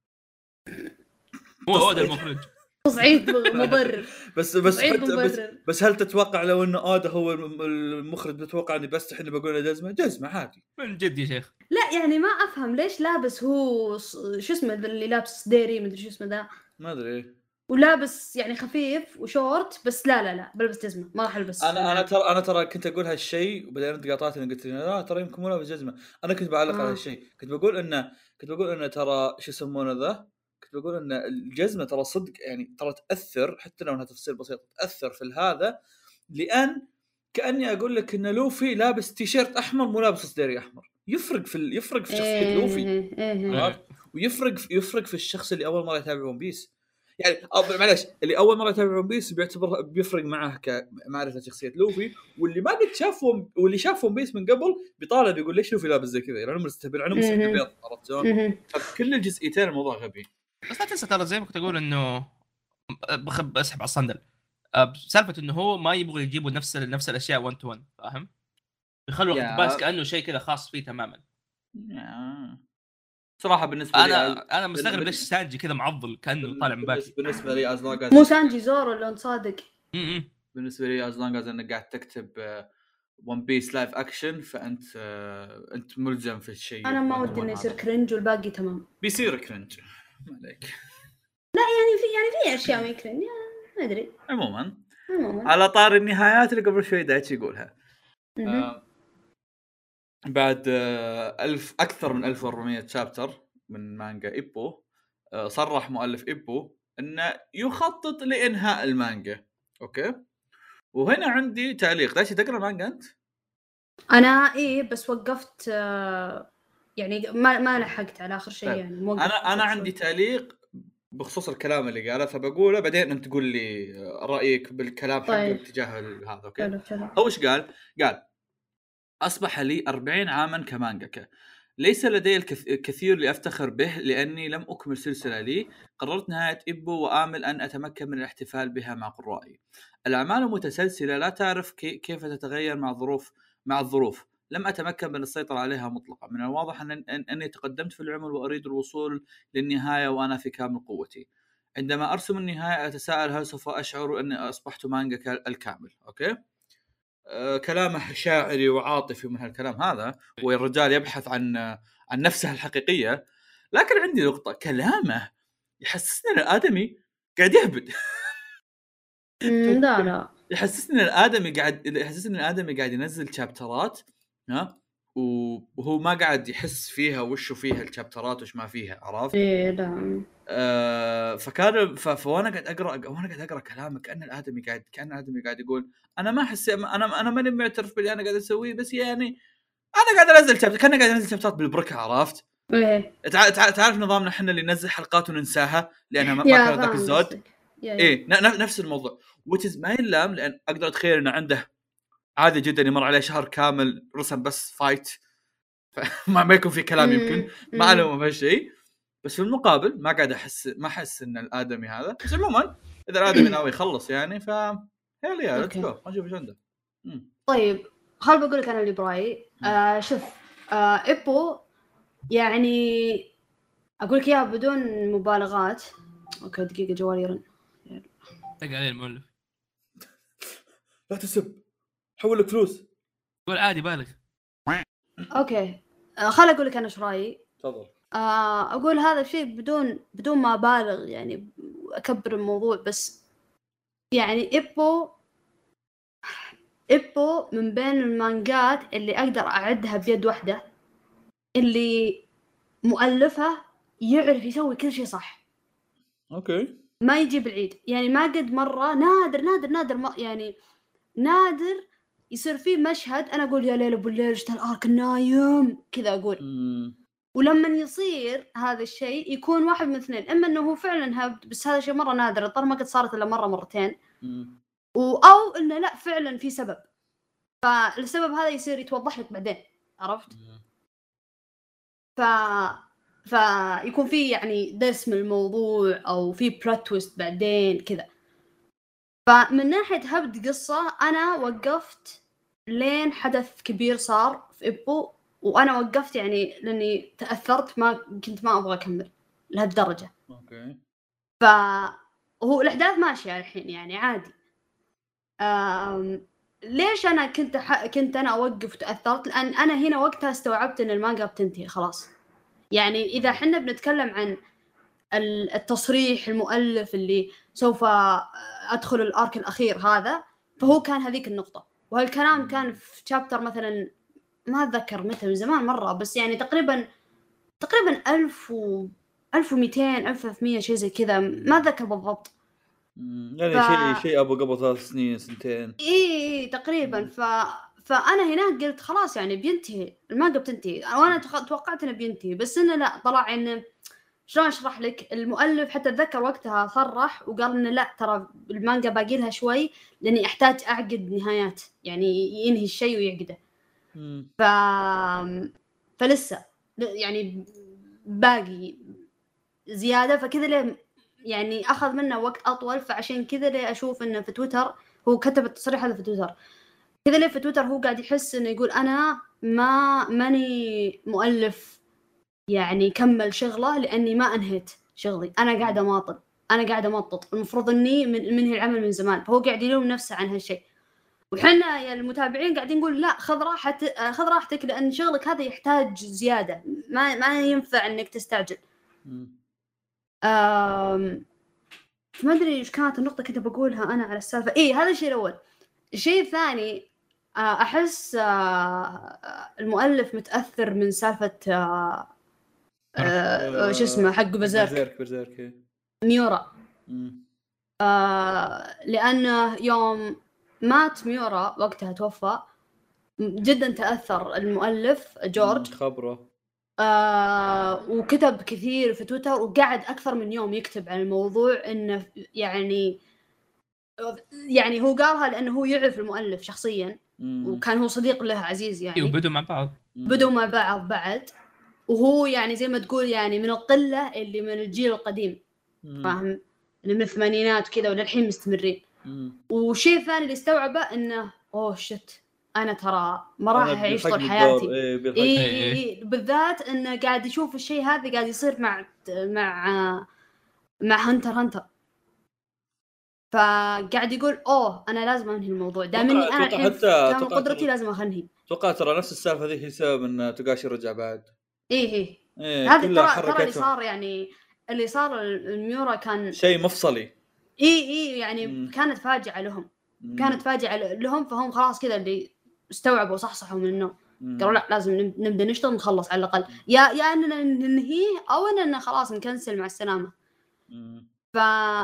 هو هو المخرج. تصعيد مبرر. بس بس, بس بس هل تتوقع لو انه هذا هو المخرج بتتوقع اني بس الحين بقول له جزمه جزمه عادي من جد يا شيخ؟ لا يعني ما افهم ليش لابس هو شو اسمه اللي لابس ديري مدري شو اسمه ذا ما ادري ولابس يعني خفيف وشورت بس لا لا لا بلبس جزمه ما راح البس. انا انا ترى انا ترى كنت اقول هالشيء وبعدين انت قاطعتني قلت لي لا ترى يمكن مو لابس جزمه. انا كنت بعلق آه. على هالشيء كنت بقول انه كنت بقول انه ترى شو يسمونه ذا كنت بقول ان الجزمه ترى صدق يعني ترى تاثر حتى لو انها تفصيل بسيط تاثر في هذا لان كاني اقول لك ان لوفي لابس تيشيرت احمر مو لابس صدري احمر يفرق في يفرق في شخصيه إيه لوفي إيه ويفرق يفرق في الشخص اللي اول مره يتابع ون بيس يعني معلش اللي اول مره يتابع ون بيس بيعتبر بيفرق معه كمعرفه شخصيه لوفي واللي ما قد شافهم واللي شاف ون بيس من قبل بيطالب يقول ليش لوفي لابس زي كذا يعني انا مستهبل انا مستهبل عرفت شلون كل الجزئيتين الموضوع غبي. بس لا تنسى ترى زي ما كنت اقول انه بخب اسحب على الصندل آه، سالفه انه هو ما يبغى يجيبوا نفس نفس الاشياء واحد تو واحد، فاهم؟ يخلوا يا- اقتباس كانه شيء كذا خاص فيه تماما. يا. صراحه بالنسبه لي انا انا مستغرب بال- ليش سانجي كذا معضل كانه طالع من باكي. بالنسبه لي از لونج مو سانجي زورو لو صادق. امم بالنسبه لي از لونج از انك قاعد تكتب ون بيس لايف اكشن فانت آه، انت ملزم في الشيء. انا ما ودي انه يصير كرنج والباقي تمام. بيصير كرنج ما عليك. يعني في يعني في اشياء ما يكرن ما ادري. عموما عموما على طار النهايات اللي قبل شوي دايتش يقولها مهم. آه بعد آه ألف أكثر من ألف وأربعمية شابتر من مانجا إيبو، آه صرح مؤلف إيبو إنه يخطط لإنهاء المانجا. أوكي، وهنا عندي تعليق. دايتش تقرأ مانجا أنت؟ انا ايه بس وقفت آه، يعني ما ما لحقت على اخر شيء. طيب. يعني موقف أنا أنا عندي تعليق بخصوص الكلام اللي قاله فبقوله بعدين أنت تقول لي رأيك بالكلام حقه طيب. باتجاه هذا. أوكي، حلو حلو. أول إيش قال؟ قال أصبح لي أربعين عاماً كمانجاكا، ليس لدي الكثير لأفتخر به لأني لم أكمل سلسلة لي. قررت نهاية إبو وآمل أن أتمكن من الاحتفال بها مع قرائي. الأعمال المتسلسلة لا تعرف كيف تتغير مع ظروف مع الظروف لم أتمكن من السيطرة عليها مطلقا. من الواضح أن أني تقدمت في العمر وأريد الوصول للنهاية وأنا في كامل قوتي. عندما أرسم النهاية أتساءل هل سوف أشعر أني أصبحت مانجاكا الكامل. أوكي، أه كلامه شاعري وعاطفي من هالكلام هذا، والرجال يبحث عن عن نفسه الحقيقية. لكن عندي نقطة، كلامه يحسسني ان الآدمي قاعد يهبد. لا لا يحسسني ان الآدمي قاعد يحسسني ان الآدمي قاعد ينزل شابترات ها وهو ما قاعد يحس فيها وشو فيها الشابترات وش ما فيها، عرفت؟ ايه لا آه فكان فوانا قاعد اقرا وانا قاعد اقرا كلامك كأن الآدمي قاعد كأن الآدمي قاعد يقول انا ما احس انا انا ماني معترف باللي انا قاعد اسويه، بس يعني انا قاعد انزل شابتر كان قاعد انزل شابترات بالبركه، عرفت؟ ايه تع... تع... تعرف نظامنا احنا اللي ننزل حلقات وننساها لانها ما, ما يا كانت ذاك فاهم الزود. قصدك. يا- يا. ايه ن... ن- نفس الموضوع وتز ما يلام، لان اقدر اتخيل انه عنده عادي جدا يمر عليه شهر كامل رسم بس فايت ما ما يكون في كلام مم. يمكن ما مم. عليهم بهالشيء. بس في المقابل ما قاعد احس ما احس ان الادمي هذا. بس عموما اذا الادمي ناوي يخلص يعني ف هيل يا ليتس أوكي. جو نشوف ايش عنده. مم. طيب خل بقول لك انا اللي برايي. آه شوف آه إيبو يعني اقول لك اياها بدون مبالغات. اوكي دقيقه جوالي يرن. دق عليه المؤلف لا تسب حول لك فلوس. قول عادي بالغ. اوكي آه خل اقول لك انا ايش رايي. تفضل. آه اقول هذا الشيء بدون بدون ما ابالغ يعني اكبر الموضوع. بس يعني إيبو إيبو من بين المانجات اللي اقدر اعدها بيد واحده، اللي مؤلفه يعرف يسوي كل شيء صح. اوكي ما يجيب العيد. يعني ما قد مرة نادر نادر نادر ما يعني نادر يصير فيه مشهد أنا أقول يا ليل أبو الليل إيش الآرك النايم كذا أقول. مم. ولما يصير هذا الشيء يكون واحد من اثنين، إما إنه هو فعلا هبد بس هذا شيء مرة نادر طالما ما قد صارت إلا مرة مرتين، مم. أو إنه لا فعلا في سبب، فالسبب هذا يصير يتوضح لك بعدين، عرفت؟ ف فيكون في يعني دسم الموضوع أو في بلوت تويست بعدين كذا. فمن ناحية هبد قصة أنا وقفت لين حدث كبير صار في إبو، وأنا وقفت يعني لأني تأثرت ما كنت ما أبغى أكمل لهالدرجة. اوكي فهو الأحداث ماشية الحين يعني عادي. أم... ليش أنا كنت ح... كنت أنا أوقف وتأثرت؟ لأن أنا هنا وقتها استوعبت إن المانجا بتنتهي خلاص. يعني إذا حنا بنتكلم عن التصريح المؤلف اللي سوف أدخل الأرك الأخير هذا، فهو كان هذيك النقطة. وهالكلام كان في شابتر مثلا ما أتذكر متى من زمان مرة، بس يعني تقريبا تقريبا ألف و ألف ومئتين ألف وثلاثمية شيء زي كذا ما أتذكر بالضبط. يعني ف... شيء شيء ابو قبل ثلاث سنين سنتين إيه تقريبا. ف... فأنا هنا قلت خلاص يعني بينتهي المانجا بتنتهي، وأنا توقعت إنه بينتهي بس إنه لا، طلع إنه شلون اشرح لك، المؤلف حتى اتذكر وقتها صرح وقال انه لا ترى المانجا باقي لها شوي لاني احتاج اعقد نهايات، يعني ينهي الشيء ويعقده. ف فلسه يعني باقي زياده، فكذا ليه يعني اخذ منه وقت اطول، فعشان كذا ليه اشوف انه في تويتر هو كتب التصريح هذا في تويتر كذا ليه في تويتر هو قاعد يحس انه يقول انا ما ماني مؤلف يعني كمل شغله لاني ما انهيت شغلي، انا قاعده ماطل، انا قاعده مطط، المفروض اني من منهي العمل من زمان. فهو قاعد يلوم نفسه عن هالشيء، وحنا يا المتابعين قاعدين نقول لا خذ راحتك خذ راحتك لان شغلك هذا يحتاج زياده، ما ما ينفع انك تستعجل. امم ما ادري ايش كانت النقطه كنت بقولها انا على السالفه. ايه هذا الشيء الاول. الشيء الثاني احس المؤلف متاثر من سالفه شو اسمه حق بزيرك بزيرك ميورا. لانه يوم مات ميورا وقتها توفى جدا تاثر المؤلف جورج خبره آه وكتب كثير في تويتر وقعد أكثر من يوم يكتب عن الموضوع. إنه يعني يعني هو قالها لأنه هو يعرف المؤلف شخصيا مم. وكان هو صديق له عزيز يعني وبدوا مع بعض بدوا مع بعض بعد، وهو يعني زي ما تقول يعني من القلة اللي من الجيل القديم فاهم، اللي من الثمانينات وكذا وللحين مستمرين. وشيء ثاني اللي استوعبه إنه أوه شت أنا ترى ما راح أعيش طول حياتي. إيه إيه إيه إيه بالذات إنه قاعد يشوف الشيء هذا قاعد يصير مع مع مع هنتر هنتر، فقاعد يقول أوه أنا لازم أنهي الموضوع دامني أنا الحين كامل قدرتي لازم أنهي. توقع ترى نفس السالفة ذي هي سبب إن توغاشي رجع بعد. إيه إيه, إيه هذا ترى ترى اللي صار يعني اللي صار الميورا كان شيء مفصلي. إيه إيه يعني مم. كانت فاجعة لهم مم. كانت فاجعة لهم، فهم خلاص كذا اللي استوعبوا صحصحوا من النوم قالوا لا لازم نبدأ نشتغل نخلص على الأقل، يا يا أننا ننهيه أو أننا خلاص نكنسل مع السلامة. مم. ف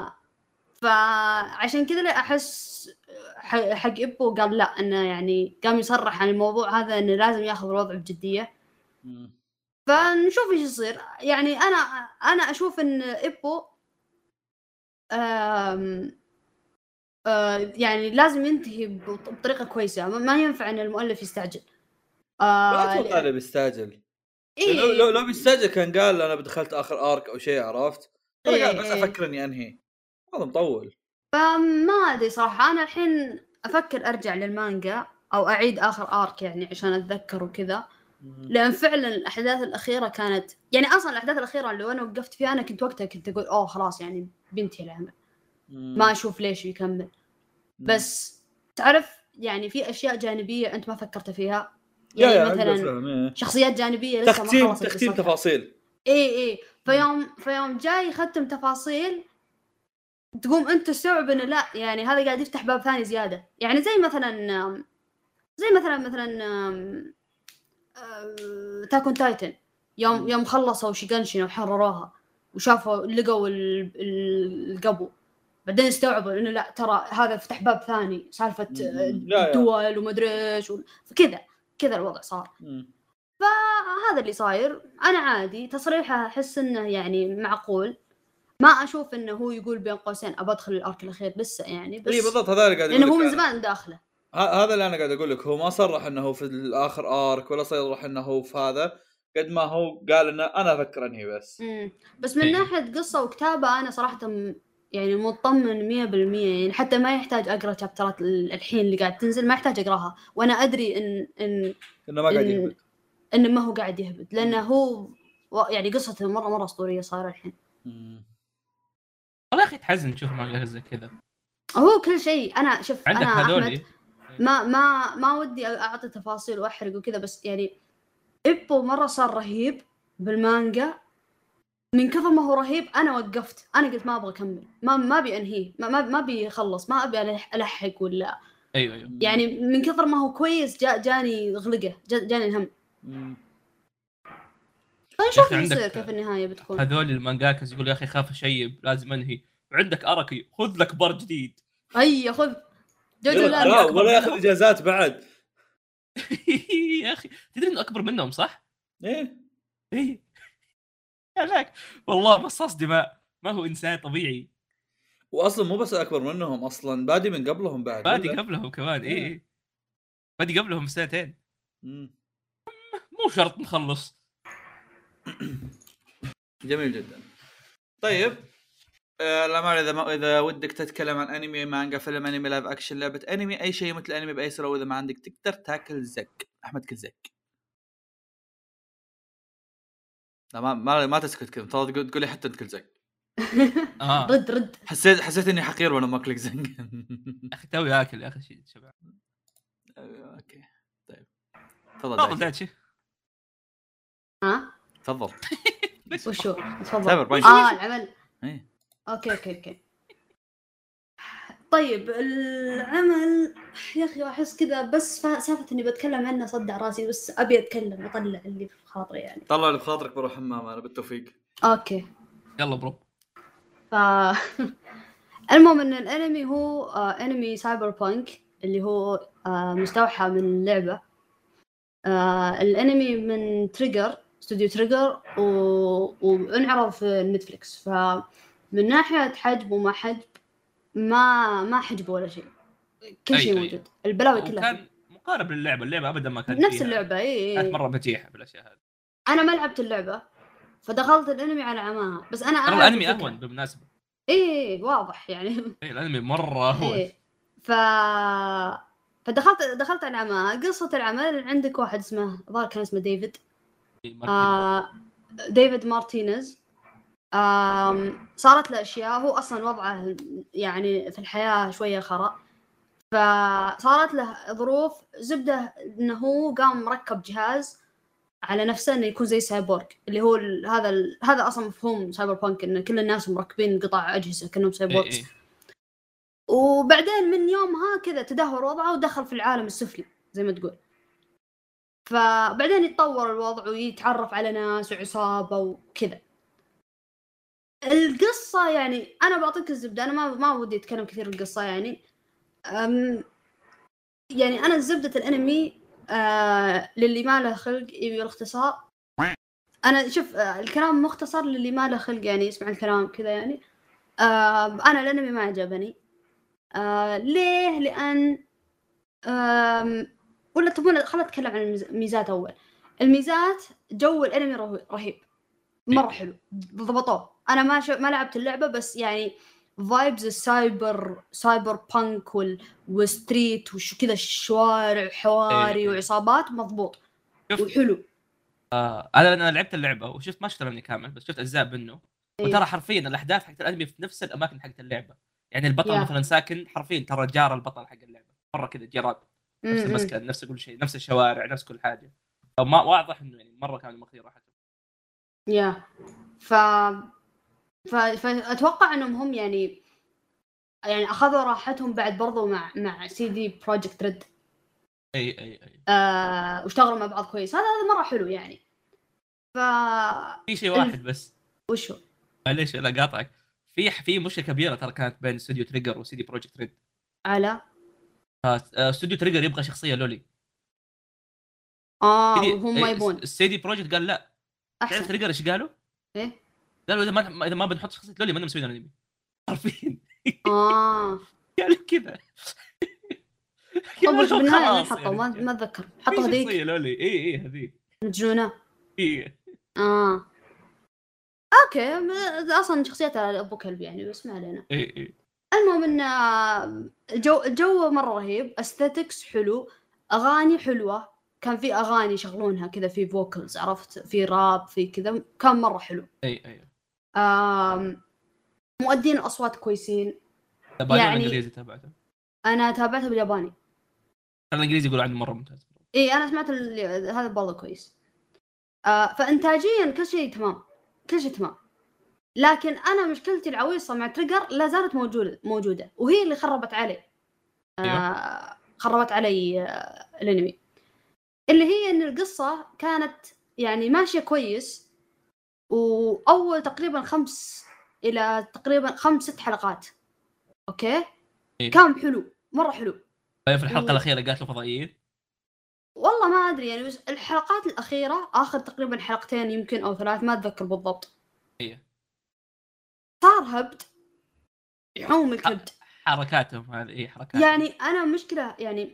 فعشان كذا لا أحس حق إبو قال لا إنه يعني قام يصرح عن الموضوع هذا إنه لازم يأخذ الوضع بجدية. مم. فنشوف إيش يصير. يعني أنا أنا أشوف إن إبو أم أه يعني لازم ينتهي بطريقة كويسة، ما ينفع إن المؤلف يستعجل. أه ما أتوقع إنه بيستعجل. إيه لو لو لو بيستعجل كان قال أنا بدخلت آخر آرك أو شيء عرفت. أنا إيه قاعد بس أفكر إني أنهي هذا مطول. فما أدري صراحة أنا الحين أفكر أرجع للمانجا أو أعيد آخر آرك يعني عشان أتذكر وكذا، لأن فعلا الأحداث الأخيرة كانت يعني أصلا الأحداث الأخيرة اللي أنا وقفت فيها أنا كنت وقتها كنت أقول أوه خلاص يعني بنتي العمل ما أشوف ليش يكمل. بس تعرف يعني في أشياء جانبية أنت ما فكرت فيها يعني يا مثلا شخصيات جانبية لسه تختيم ما خلصت تختيم تفاصيل إيه إيه فيوم فيوم جاي ختم تفاصيل تقوم أنت تستوعب إنه لا يعني هذا قاعد يفتح باب ثاني زيادة. يعني زي مثلا زي مثلا مثلا تاكون تايتن يوم يوم خلصوا شيغانشين وحرروها وشافوا لقوا القبو بعدين استوعبوا إنه لا ترى هذا فتح باب ثاني سالفة الدول ومدري إيش فكذا كذا الوضع صار. مم. فهذا اللي صاير. أنا عادي تصريحه أحس إنه يعني معقول، ما أشوف إنه هو يقول بين قوسين أبى أدخل الأرك الأخير لسه يعني بس إيه بالضبط هذا اللي قاعد لأنه هو من زمان داخله. هذا اللي أنا قاعد أقول لك هو ما صرح إنه هو في الآخر آرك ولا صرح إنه هو في هذا قد ما هو قال إنه أنا أفكر إنهي بس. مم. بس من ناحية قصة وكتابة أنا صراحة يعني مطمن مية بالمية يعني حتى ما يحتاج أقرأ شابترات الحين اللي قاعد تنزل ما يحتاج أقرأها وأنا أدري إن إن إنه ما قاعد يهبد إنه ما هو قاعد يهبد لأنه هو يعني قصته مرة مرة أسطورية صار الحين. والله أخي تحزن تشوف مانجا زي كذا. هو كل شيء أنا شوف أنا أحمد ما ما ما ودي أعطي تفاصيل وأحرق وكذا بس يعني إبو مرة صار رهيب بالمانجا من كثر ما هو رهيب أنا وقفت أنا قلت ما أبغى أكمل ما ما بينهيه ما ما ما بيخلص ما أبي ألحق ولا أيوة أيوة يعني من كثر ما هو كويس جا جاني غلقة جاني الهم. فنشوف يصير كيف النهاية بتكون. هذول المانجاكس يقول يا أخي خاف شيب لازم أنهي وعندك أركي خذ لك بار جديد. أي خذ جوجو لا ولا ياخذ إجازات بعد. يا أخي تدري إنه أكبر منهم صح؟ إيه إيه لك والله مصاص دماء ما هو إنسان طبيعي. وأصلا مو بس أكبر منهم أصلا بادي من قبلهم بعد بادي قبلهم كمان إيه, إيه. بادي قبلهم سنتين. مو شرط نخلص. جميل جدا. طيب آه لا ما اذا ما اذا ودك تتكلم عن انمي مانجا فيلم انمي لايف اكشن لعبه انمي اي شيء مثل انمي باي سرعه واذا ما عندك تقدر تاكل زق احمد كل زق. لا ما ما, ما تسكت كذا ترى تقول لي حتى انت كل زق. اه رد رد حسيت حسيت اني حقير وانا ماكلك زق. اخي توي اكل يا اخي شيء شباب. اوكي طيب تفضل تفضل دايتشي. دايتشي. ها تفضل. وشو تفضل سايبر بانك. اه العمل ايه اوكي اوكي اوكي طيب العمل يا اخي احس كذا بس فا- سالفه اني بتكلم عنه صدع راسي بس ابي اتكلم اطلع اللي في خاطري يعني. طلع اللي بخاطرك بروح حمام انا بالتوفيق. اوكي يلا برو. ف المهم ان الانمي هو آه انمي سايبر بانك اللي هو آه مستوحى من لعبه. آه الانمي من تريجر استوديو تريجر و... وانعرض في نتفليكس. فمن ناحيه حجب وما حجب ما ما حجبه ولا شيء كل أي شيء أي. موجود البلاوي كلها وكان مقارب للعبه اللعبه ابدا ما كانت نفس فيها. اللعبه اي كانت اي مره بجيحه بالاشياء هذه. انا ما لعبت اللعبه فدخلت الانمي على عماها بس انا ترى اعرف الانمي الفكرة. اهون بالمناسبه. اي واضح يعني اي الانمي مره اهون. إيه. ف فدخلت دخلت على عماها. قصه العمل عندك واحد اسمه ظهر كان اسمه ديفيد إيه، مارتين. آه ديفيد مارتينيز. آم صارت له اشياء هو اصلا وضعه يعني في الحياه شويه خرا. فصارت له ظروف زبده انه هو قام مركب جهاز على نفسه انه يكون زي سايبورغ اللي هو ال هذا ال هذا اصلا مفهوم سايبر بانك ان كل الناس مركبين قطع اجهزه كانهم سايبورغز. إيه إيه. وبعدين من يومها كذا تدهور وضعه ودخل في العالم السفلي زي ما تقول. فبعدين يتطور الوضع ويتعرف على ناس وعصابه وكذا. القصه يعني انا بعطيك الزبده انا ما ما ودي اتكلم كثير القصه يعني. أم يعني انا زبده الانمي آه للي ما له خلق يبي الاختصار. انا شوف آه الكلام مختصر للي ما له خلق يعني يسمع الكلام كذا يعني. آه انا الانمي ما عجبني. آه ليه؟ لان آه ولا تبون خلنا نتكلم عن الميزات اول. الميزات جو الانمي رهيب مره حلو ضبطوه. انا ما شو ما لعبت اللعبه بس يعني فايبز السايبر سايبر بانك وال وستريت وش كذا الشوارع حواري إيه. وعصابات مضبوط شوف. وحلو. آه انا انا لعبت اللعبه وشفت ما شفت الانمي كامل بس شفت اجزاء منه. إيه. وترى حرفيا الاحداث حقت الانمي في نفس الاماكن حقت اللعبه. يعني البطل يا. مثلا ساكن حرفيا ترى جار البطل حق اللعبه مره كذا جيران. نفس م-م. المسكن نفس كل شيء نفس الشوارع نفس كل حاجه. فما واضح انه يعني مره كانوا ماخذين راحتهم. يا ف... ف فاتوقع انهم هم يعني يعني اخذوا راحتهم بعد برضو مع مع سي دي بروجكت ريد. اي اي اي. آه واشتغلوا مع بعض كويس. هذا هذا مره حلو يعني. ف في شيء واحد بس. وشو؟ معليش لا قاطعك. في في مشكله كبيره ترى كانت بين استوديو تريجر وسي دي بروجكت ريد. على استوديو تريجر يبغى شخصيه لولي. اه سيدي- وهم إيه، ما يبون السي دي بروجكت قال لا. تعرف احسن. تريجر ايش قالوا؟ ايه قالوا اذا ما اذا ما بنحط شخصيه لولي ما بدنا نسوي انمي. عارفين اه قالوا كذا. طب وش بالنهايه خلاص حطوا يعني. ما ما اتذكر في حطوا هذيك شخصيه لولي اي اي هذيك مجنونه. اي اه اوكي ب- اصلا شخصيتها ابو كلب يعني بس ما علينا. اي اي. المهم ان الجو الجو مره رهيب. استاتيكس حلو اغاني حلوه. كان في اغاني يشغلونها كذا في فوكلز عرفت في راب في كذا كان مره حلو. اي اي. آم مؤدين الاصوات كويسين. تابعته يعني- الانجليزي تابعته. انا تابعتها بالياباني. الانجليزي يقول عنه مره ممتاز. اي انا سمعت ال- هذا برضه كويس. آه فانتاجيا كل شيء تمام كل شيء تمام. لكن انا مشكلتي العويصه مع تريجر لا زالت موجوده موجوده وهي اللي خربت علي. آه خربت علي آه الانمي اللي هي ان القصه كانت يعني ماشيه كويس. واول تقريبا خمس الى تقريبا خمس ست حلقات اوكي إيه. كان حلو مره حلو. طيب في الحلقه و- الاخيره قالت له فضائيين. والله ما ادري يعني بس الحلقات الاخيره اخر تقريبا حلقتين يمكن او ثلاث ما اتذكر بالضبط ايه صار هبد يحوم الكبد. حركاتهم هذه اي حركات. يعني انا مشكله يعني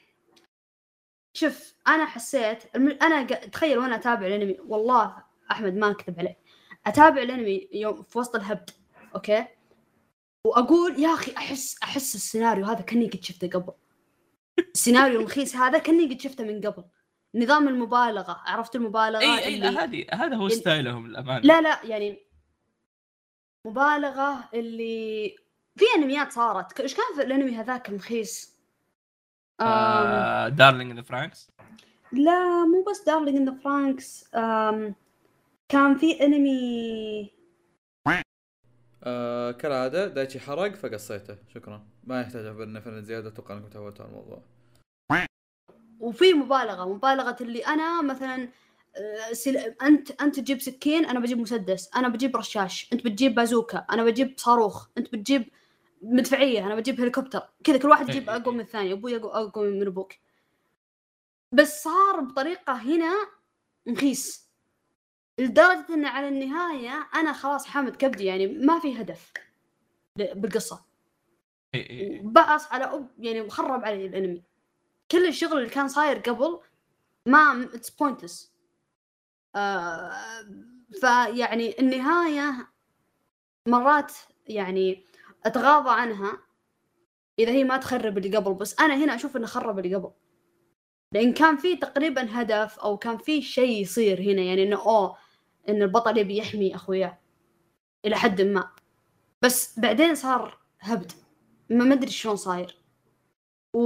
شوف انا حسيت الم- انا ق- تخيل وانا اتابع الانمي والله احمد ما اكذب عليك اتابع الانمي يوم في وسط الهبد اوكي واقول يا اخي احس احس السيناريو هذا كني قد شفته قبل. السيناريو المخيس هذا كني قد شفته من قبل. نظام المبالغه، عرفت المبالغه اي اي اللي لا هذه هذا هو اللي- ستايلهم الامانه. لا لا يعني مبالغه اللي في انميات صارت. ايش كان في الانمي هذاك المخيس؟ أم... آه دارلينج ذا فرانكس. لا مو بس دارلينج ان ذا فرانكس. أم... كان في انمي آه كالعاده دايتشي حرق فقصيته، شكرا، ما يحتاج نفن زياده، اتوقع انكم تهوتوا على الموضوع. وفي مبالغه مبالغه اللي انا مثلا آه، سل... انت انت تجيب سكين، انا بجيب مسدس، انا بجيب رشاش، انت بتجيب بازوكا، انا بجيب صاروخ، انت بتجيب مدفعيه، انا بجيب هليكوبتر، كذا كل واحد يجيب اقوى من الثاني، ابوي اقوى من ابوك. بس صار بطريقه هنا مخيس لدرجه ان على النهايه انا خلاص حامد كبدي، يعني ما في هدف بالقصه. اي اي بعص على أب يعني مخرب علي الانمي. كل الشغل اللي كان صاير قبل ما اتس بوينتلس. آه فيعني النهايه مرات يعني اتغاضى عنها اذا هي ما تخرب اللي قبل، بس انا هنا اشوف انه خرب اللي قبل، لان كان في تقريبا هدف او كان في شيء يصير هنا، يعني انه اوه ان البطل يبي يحمي اخوياه الى حد ما، بس بعدين صار هبد ما مدري شلون صاير. و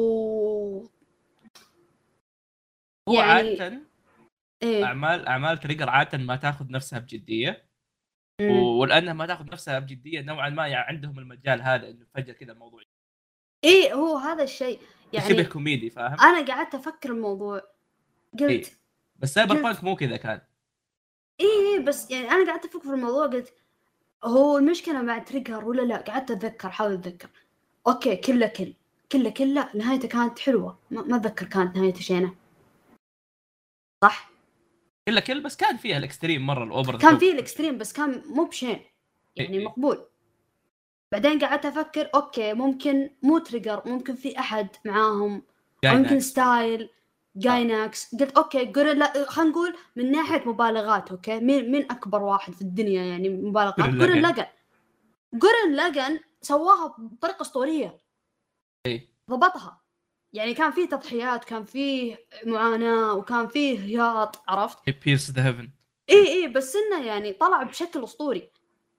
هو يعني عاده ايه اعمال اعمال تريجر عاده ما تاخذ نفسها بجديه، مم. ولانها ما تاخذ نفسها بجديه نوعا ما يعني عندهم المجال هذا انه فجاه كذا الموضوع ايه هو هذا الشيء شبه يعني. كوميدي، فاهم؟ انا قعدت افكر الموضوع قلت إيه. بس سايبر قلت بانك مو كذا كان. ايه بس يعني انا قعدت افكر في الموضوع قلت هو المشكله مع تريجر ولا لا. قعدت اتذكر حاول اتذكر اوكي كله كل كله كل لا نهايته كانت حلوه، ما, ما اتذكر كانت نهايته شينه صح. كله كل بس كان فيها الاكستريم مره الاوفر كان فيه الاكستريم بس كان مو بشين يعني إيه. مقبول. بعدين قعدت افكر اوكي ممكن مو تريجر، ممكن في احد معاهم او يمكن ستايل جايناكس. قلت اوكي جوريلا، خلينا نقول من ناحيه مبالغات اوكي مين مين اكبر واحد في الدنيا يعني مبالغات؟ جورين لاجن. جورين لاجن سواها بطريقه اسطوريه، اي ضبطها. يعني كان فيه تضحيات، كان فيه معاناه، وكان فيه هياط، عرفت؟ بيرس ذا هيفن. اي اي بس انه يعني طلع بشكل اسطوري.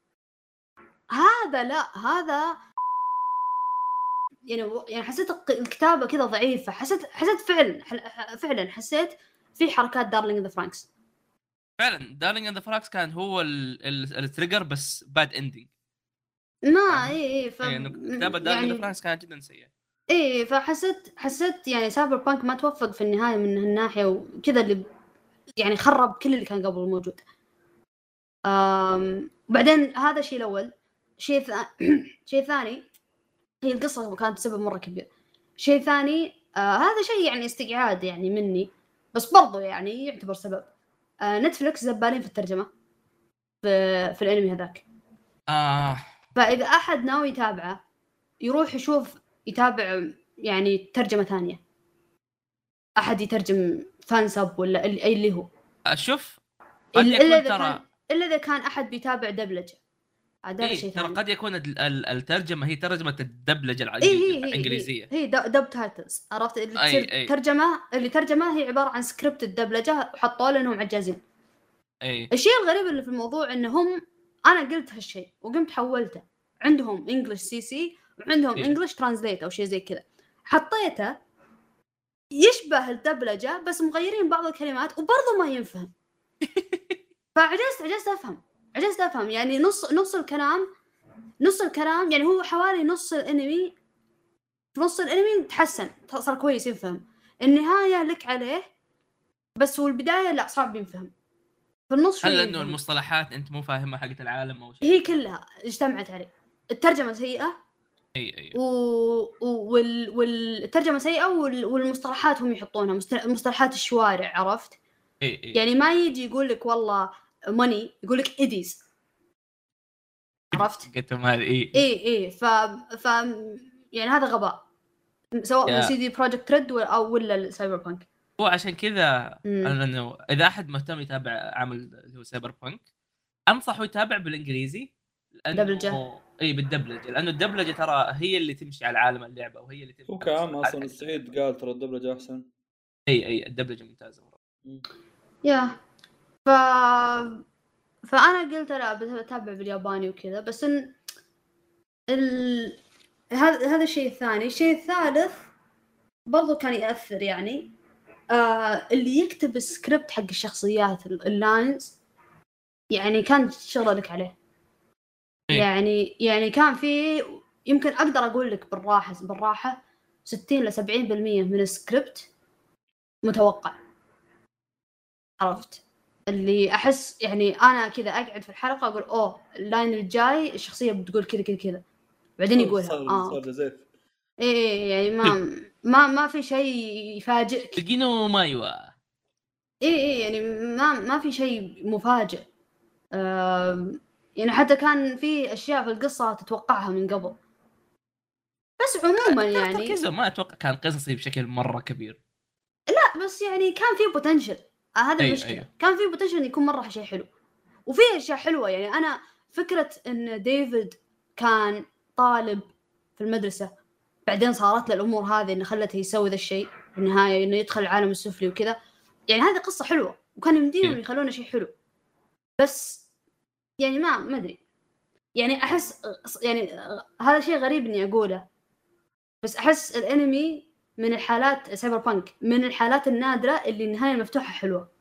هذا لا هذا يعني يعني حسيت الكتابه كذا ضعيفه، حسيت حسيت فعلا فعلا حسيت في حركات دارلينج ذا فرانكس. فعلا دارلينج اند ذا فراكس كان هو التريجر بس باد اندنج. ما اي اي ف يعني كتابه دارلينج ذا فرانكس كانت جدا سيئه. اي فحسيت حسيت يعني سايبر بانك ما توفق في النهايه من هالناحيه، وكذا اللي يعني خرب كل اللي كان قبل موجود. أم بعدين هذا الشيء الاول. شيء ث... شيء ثاني هي القصه كانت سبب مره كبير. شيء ثاني آه هذا شيء يعني استقعاد يعني مني، بس برضو يعني يعتبر سبب. آه نتفلكس زبالين في الترجمه في في الانمي هذاك. آه. فاذا احد ناوي يتابعه يروح يشوف يتابع يعني ترجمه ثانيه، احد يترجم فان سب ولا اي اللي هو اشوف قد الا يكون اذا ترى كان الا اذا كان احد بيتابع دبلجه هذا إيه شيء ترى ثاني. قد يكون ال- ال- الترجمه هي ترجمه الدبلجه إيه العاديه هي هي الانجليزيه. هي, هي دب تايتلز، عرفت اللي أي تصير أي. ترجمه اللي ترجمه هي عباره عن سكريبت الدبلجه وحطوا لهم عجازين. اي الشيء الغريب اللي في الموضوع انهم انا قلت هالشيء وقمت حولته، عندهم انجلش سي سي وعندهم إيه. انجلش ترانزليت او شيء زي كذا، حطيته يشبه الدبلجه بس مغيرين بعض الكلمات وبرضه ما ينفهم. فعجزت عجزت افهم عجزت افهم يعني نص نص الكلام نص الكلام يعني هو حوالي نص الانمي، في نص الانمي تحسن صار كويس ينفهم، النهايه لك عليه بس والبدايه لا صعب ينفهم، في النص شوي هل ينفهم. انه المصطلحات انت مو فاهمها حقت العالم او شيء؟ هي كلها اجتمعت عليه. الترجمه سيئه اي اي و... وال... والترجمه سيئه وال... والمصطلحات هم يحطونها مست... مصطلحات الشوارع، عرفت؟ اي اي يعني ما يجي يقول لك والله ماني، يقول لك ايديز، عرفت؟ قلت هذه اي اي اي ف ف يعني هذا غباء سواء من سي دي بروجكت ريد او ولا السايبر بانك. هو عشان كذا مم. انا انه اذا احد مهتم يتابع عمل اللي هو سايبر بانك انصحه يتابع بالانجليزي دبلجة. اي بالدبلجه، لانه الدبلجه ترى هي اللي تمشي على عالم اللعبه وهي اللي تمشي. هو كعام اصلا السعيد قال ترى الدبلجه احسن. اي اي الدبلجه ممتازه والله. يا ف فانا قلت لا بتابع بالياباني وكذا، بس ان ال... هذا هذا الشيء الثاني. الشيء الثالث برضو كان يأثر يعني آه اللي يكتب السكريبت حق الشخصيات اللاينز، يعني كان شغله لك عليه. إيه؟ يعني يعني كان في يمكن اقدر اقول لك بالراحه بالراحه ستين إلى سبعين بالمية من السكريبت متوقع. عرفت اللي احس يعني انا كذا اقعد في الحلقه اقول اوه اللاين الجاي الشخصيه بتقول كذا كذا كذا بعدين يقولها اه صار زيف. ايه يعني ما ما ما في شيء يفاجئك. تلقينه مايوا. ايه ايه يعني ما ما في شيء مفاجئ. آه يعني حتى كان في اشياء في القصه تتوقعها من قبل، بس عموما يعني تركيزه ما اتوقع كان قصصي بشكل مره كبير. لا بس يعني كان في بوتنشل. آه هذا أيوة المشكله. أيوة. كان في بوتنشل يكون مره شيء حلو، وفي اشياء حلوه. يعني انا فكره ان ديفيد كان طالب في المدرسه بعدين صارت له الامور هذه اللي خلته يسوي ذا الشيء في النهايه، انه يدخل العالم السفلي وكذا. يعني هذه قصه حلوه وكان يمديهم إيه. يخلونه شيء حلو، بس يعني ما ما ادري يعني احس يعني هذا شيء غريب اني اقوله، بس احس الانمي من الحالات سايبر بانك من الحالات النادره اللي النهايه المفتوحه حلوه.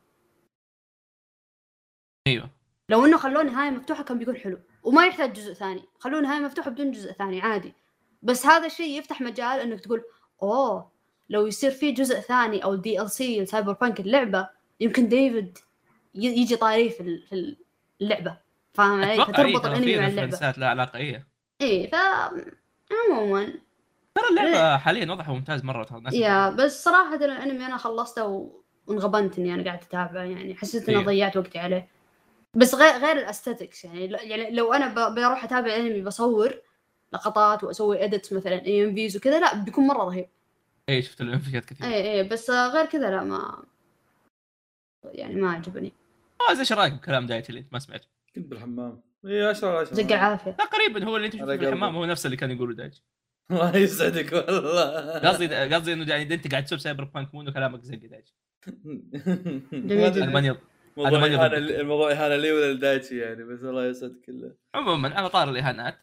ايوه لو انه خلوه نهايه مفتوحه كان بيكون حلو وما يحتاج جزء ثاني. خلوه نهايه مفتوحه بدون جزء ثاني عادي، بس هذا الشيء يفتح مجال انك تقول اوه لو يصير فيه جزء ثاني او دي ال سي سايبر بانك اللعبه يمكن ديفيد يجي طاري في في اللعبه. فاهم علي؟ فتربط الانمي مع اللعبه. لا علاقه. ايه ايه ف عموما ترى اللعبه حاليا وضعها ممتاز مره ترى الناس. يا بس صراحه الانمي انا خلصته وانغبنت اني انا قاعد اتابعه، يعني حسيت اني ضيعت وقتي عليه. بس غير غير الاستاتيكس يعني يعني لو انا بروح اتابع انمي بصور لقطات واسوي اديت مثلا اي ام فيز وكذا لا بيكون مره رهيب. اي شفت الانفجارات كثير. اي اي بس غير كذا لا ما يعني ما عجبني. اه زي ايش رايك بكلام دايت اللي انت ما سمعت؟ كنت بالحمام. اي اشرح اشرح زق العافيه تقريبا هو اللي انت شفته في الحمام هو نفس اللي كان يقوله دايت. الله يسعدك والله. قصدي قصدي انه يعني انت قاعد تسوي سايبر بانك مو انه كلامك زق دايت. جميل انا ماني موضوع اهانه الموضوع اهانه لي ولا لدايتشي يعني، بس الله يسعدك كله. عموما على طار الاهانات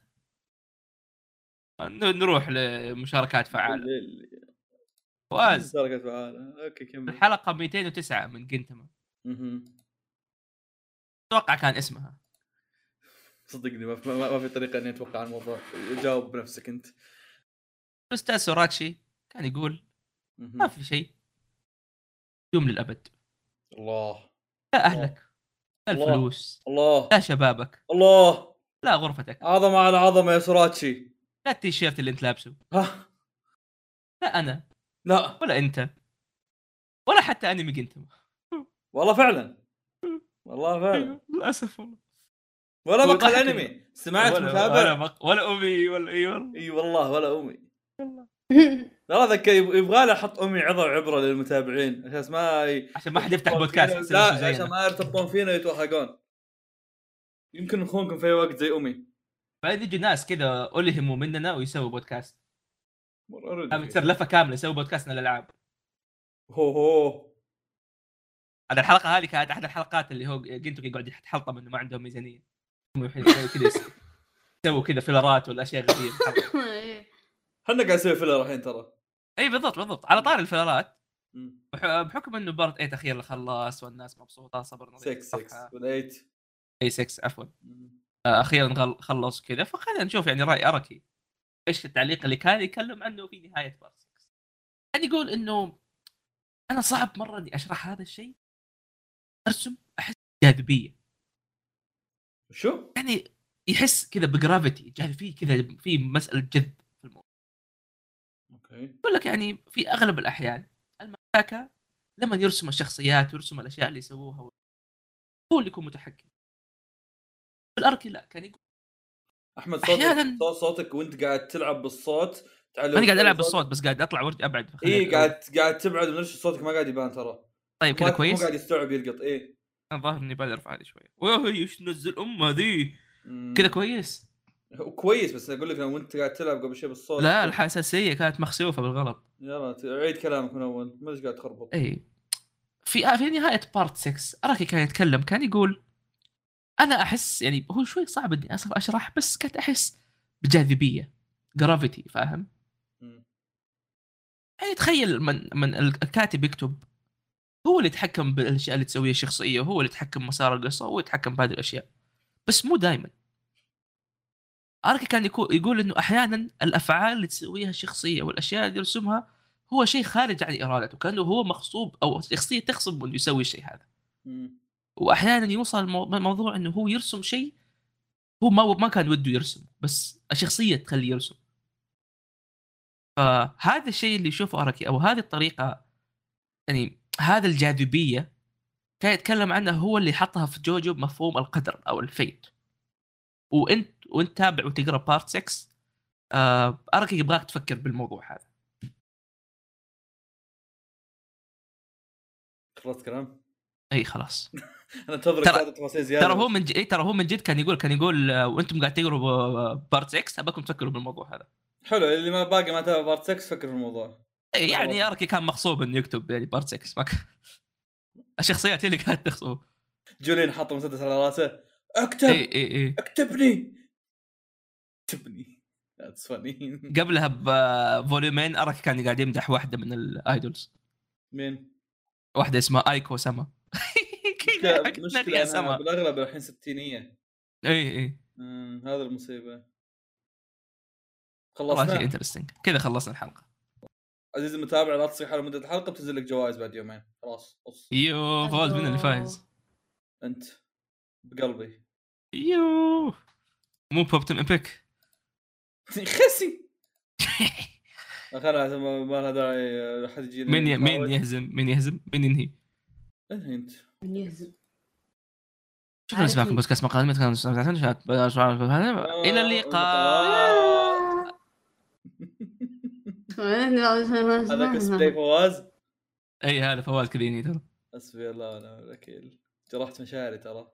نروح لمشاركات فعاله. فواز مشاركات فعاله. اوكي كمل. الحلقه مئتين وتسعة من جنتما. اها اتوقع كان اسمها. صدقني ما في ما في طريقه اني اتوقع الموضوع. جاوب بنفسك انت. الاستاذ سوراتشي كان يقول ما في شيء دوم للابد. الله. لا اهلك، لا الفلوس، الله، لا شبابك، الله، لا غرفتك، عظمه على عظمه يا سوراتشي، لا التيشيرت اللي انت لابسه، ها لا انا، لا ولا انت، ولا حتى انمي جنتما. والله فعلا والله فعلا للاسف والله. ولا مقهى الانمي سمعت متابع ولا مق... ولا امي ولا اي والله اي والله ولا امي. لا ذاك يبغى له احط امي عظه وعبره للمتابعين عشان ما ي... عشان ما حد يفتح بودكاست. لا عشان ما يرتبطون فينا يتوهقون. يمكن نخونكم في وقت زي امي. بعد يجي ناس كذا ألهموا مننا ويسووا بودكاست. مرة تصير لفه كامله يسووا بودكاست عن الالعاب. هو هو هذه الحلقه هذه كانت احد الحلقات اللي هو قلت يقعد يحلطم انه ما عندهم ميزانيه كذا يسووا كذا فيلرات ولا اشياء غريبه. احنا قاعد نسوي فيلر الحين ترى. اي بالضبط بالضبط. على طار الفيلرات بحكم انه بارت ايت اخير خلص والناس مبسوطه صبرنا ستة ستة ولا ثمانية اي ستة عفوا اخيرا خلص كذا. فخلينا نشوف يعني راي اركي ايش التعليق اللي كان يتكلم عنه في نهايه بارت ستة. يعني يقول انه انا صعب مره اني اشرح هذا الشيء. ارسم احس جاذبيه. شو يعني يحس كذا بجرافيتي جاي فيه كذا في مساله جذب في الموضوع. اوكي يقول لك يعني في اغلب الاحيان المانجاكا لما يرسم الشخصيات ويرسم الاشياء اللي يسووها هو اللي يكون متحكم. الاركي لا كان يقول احمد صوتك أحياناً... صوتك وانت قاعد تلعب بالصوت. انا قاعد العب بالصوت بس قاعد اطلع وارجع ابعد. اي قاعد قاعد تبعد ونرش صوتك ما قاعد يبان ترى. طيب كذا كويس. مو قاعد يستوعب يلقط. ايه انا ظاهر اني بعد ارفع هذه شويه. وهي ايش نزل امها ذي كذا كويس. هو كويس بس اقول لك لو انت قاعد تلعب قبل شيء بالصوت لا الحساسيه كانت مخسوفه بالغلط. يلا عيد كلامك من اول ما ايش قاعد تخربط. اي في في نهايه بارت ستة اراكي كان يتكلم كان يقول انا احس يعني هو شوي صعب اني اصلا اشرح بس كنت احس بجاذبيه جرافيتي فاهم. مم. يعني تخيل من من الكاتب يكتب هو اللي يتحكم بالاشياء اللي تسويها الشخصيه وهو اللي يتحكم مسار القصه وهو يتحكم بهذه الاشياء بس مو دائما. أركي كان يقول إنه أحياناً الأفعال اللي تسويها الشخصية والأشياء اللي يرسمها هو شيء خارج عن إرادته كأنه هو مغصوب أو الشخصية تغصب إنه يسوي الشيء هذا. مم. وأحياناً يوصل الموضوع إنه هو يرسم شيء هو ما ما كان وده يرسم بس الشخصية تخليه يرسم. فهذا الشيء اللي يشوفه أركي أو هذه الطريقة يعني هذا الجاذبية كان يتكلم عنه هو اللي حطها في جوجو بمفهوم القدر أو الفيت. وأنت وأنت تابع وتقرأ بارت ستة آه أركي يبغاك تفكر بالموضوع هذا. خلصت كلام اي خلاص. انا انتظرك ترى تعطي تفاصيل زياده. ترى هو من ج... إيه ترى هو من جد كان يقول كان يقول آه، وانتم قاعد تقروا بارت ستة اباكم تفكروا بالموضوع هذا. حلو اللي ما باقي ما تابع بارت ستة فكر في الموضوع. إيه يعني اركي كان مغصوب انه يكتب يعني بارت ستة ما كان... الشخصيات اللي كانت تغصب. جولين حط مسدس على راسه اكتب اي اي اي اكتبني اكتبني ذاتس فاني. قبلها بفوليومين اركي كان قاعد يمدح واحده من الايدولز. مين؟ واحده اسمها ايكو سما. مشكلة مشكلة أنها بالأغلب الحين ستينية. اي اي امم هذا المصيبة. والله شيء خلصنا انترستنج كذا خلصنا الحلقة. عزيزي المتابع لا تصيح على مدة الحلقة بتنزل لك جوائز بعد يومين خلاص قص. يو فوز من اللي فايز أنت بقلبي. يو مو بوبتن إبك خسي خلاص ما ما لها داعي أحد يجيني. مين ي... مين يهزم مين يهزم مين ينهي. انهي انت من يهزم. شكرا لسماعكم بودكاست مقال متكلم الى اللقاء. هذا كسبلي فواز. اي هذا فواز كذيني ترى. حسبي الله ونعم الوكيل. جرحت مشاعري ترى.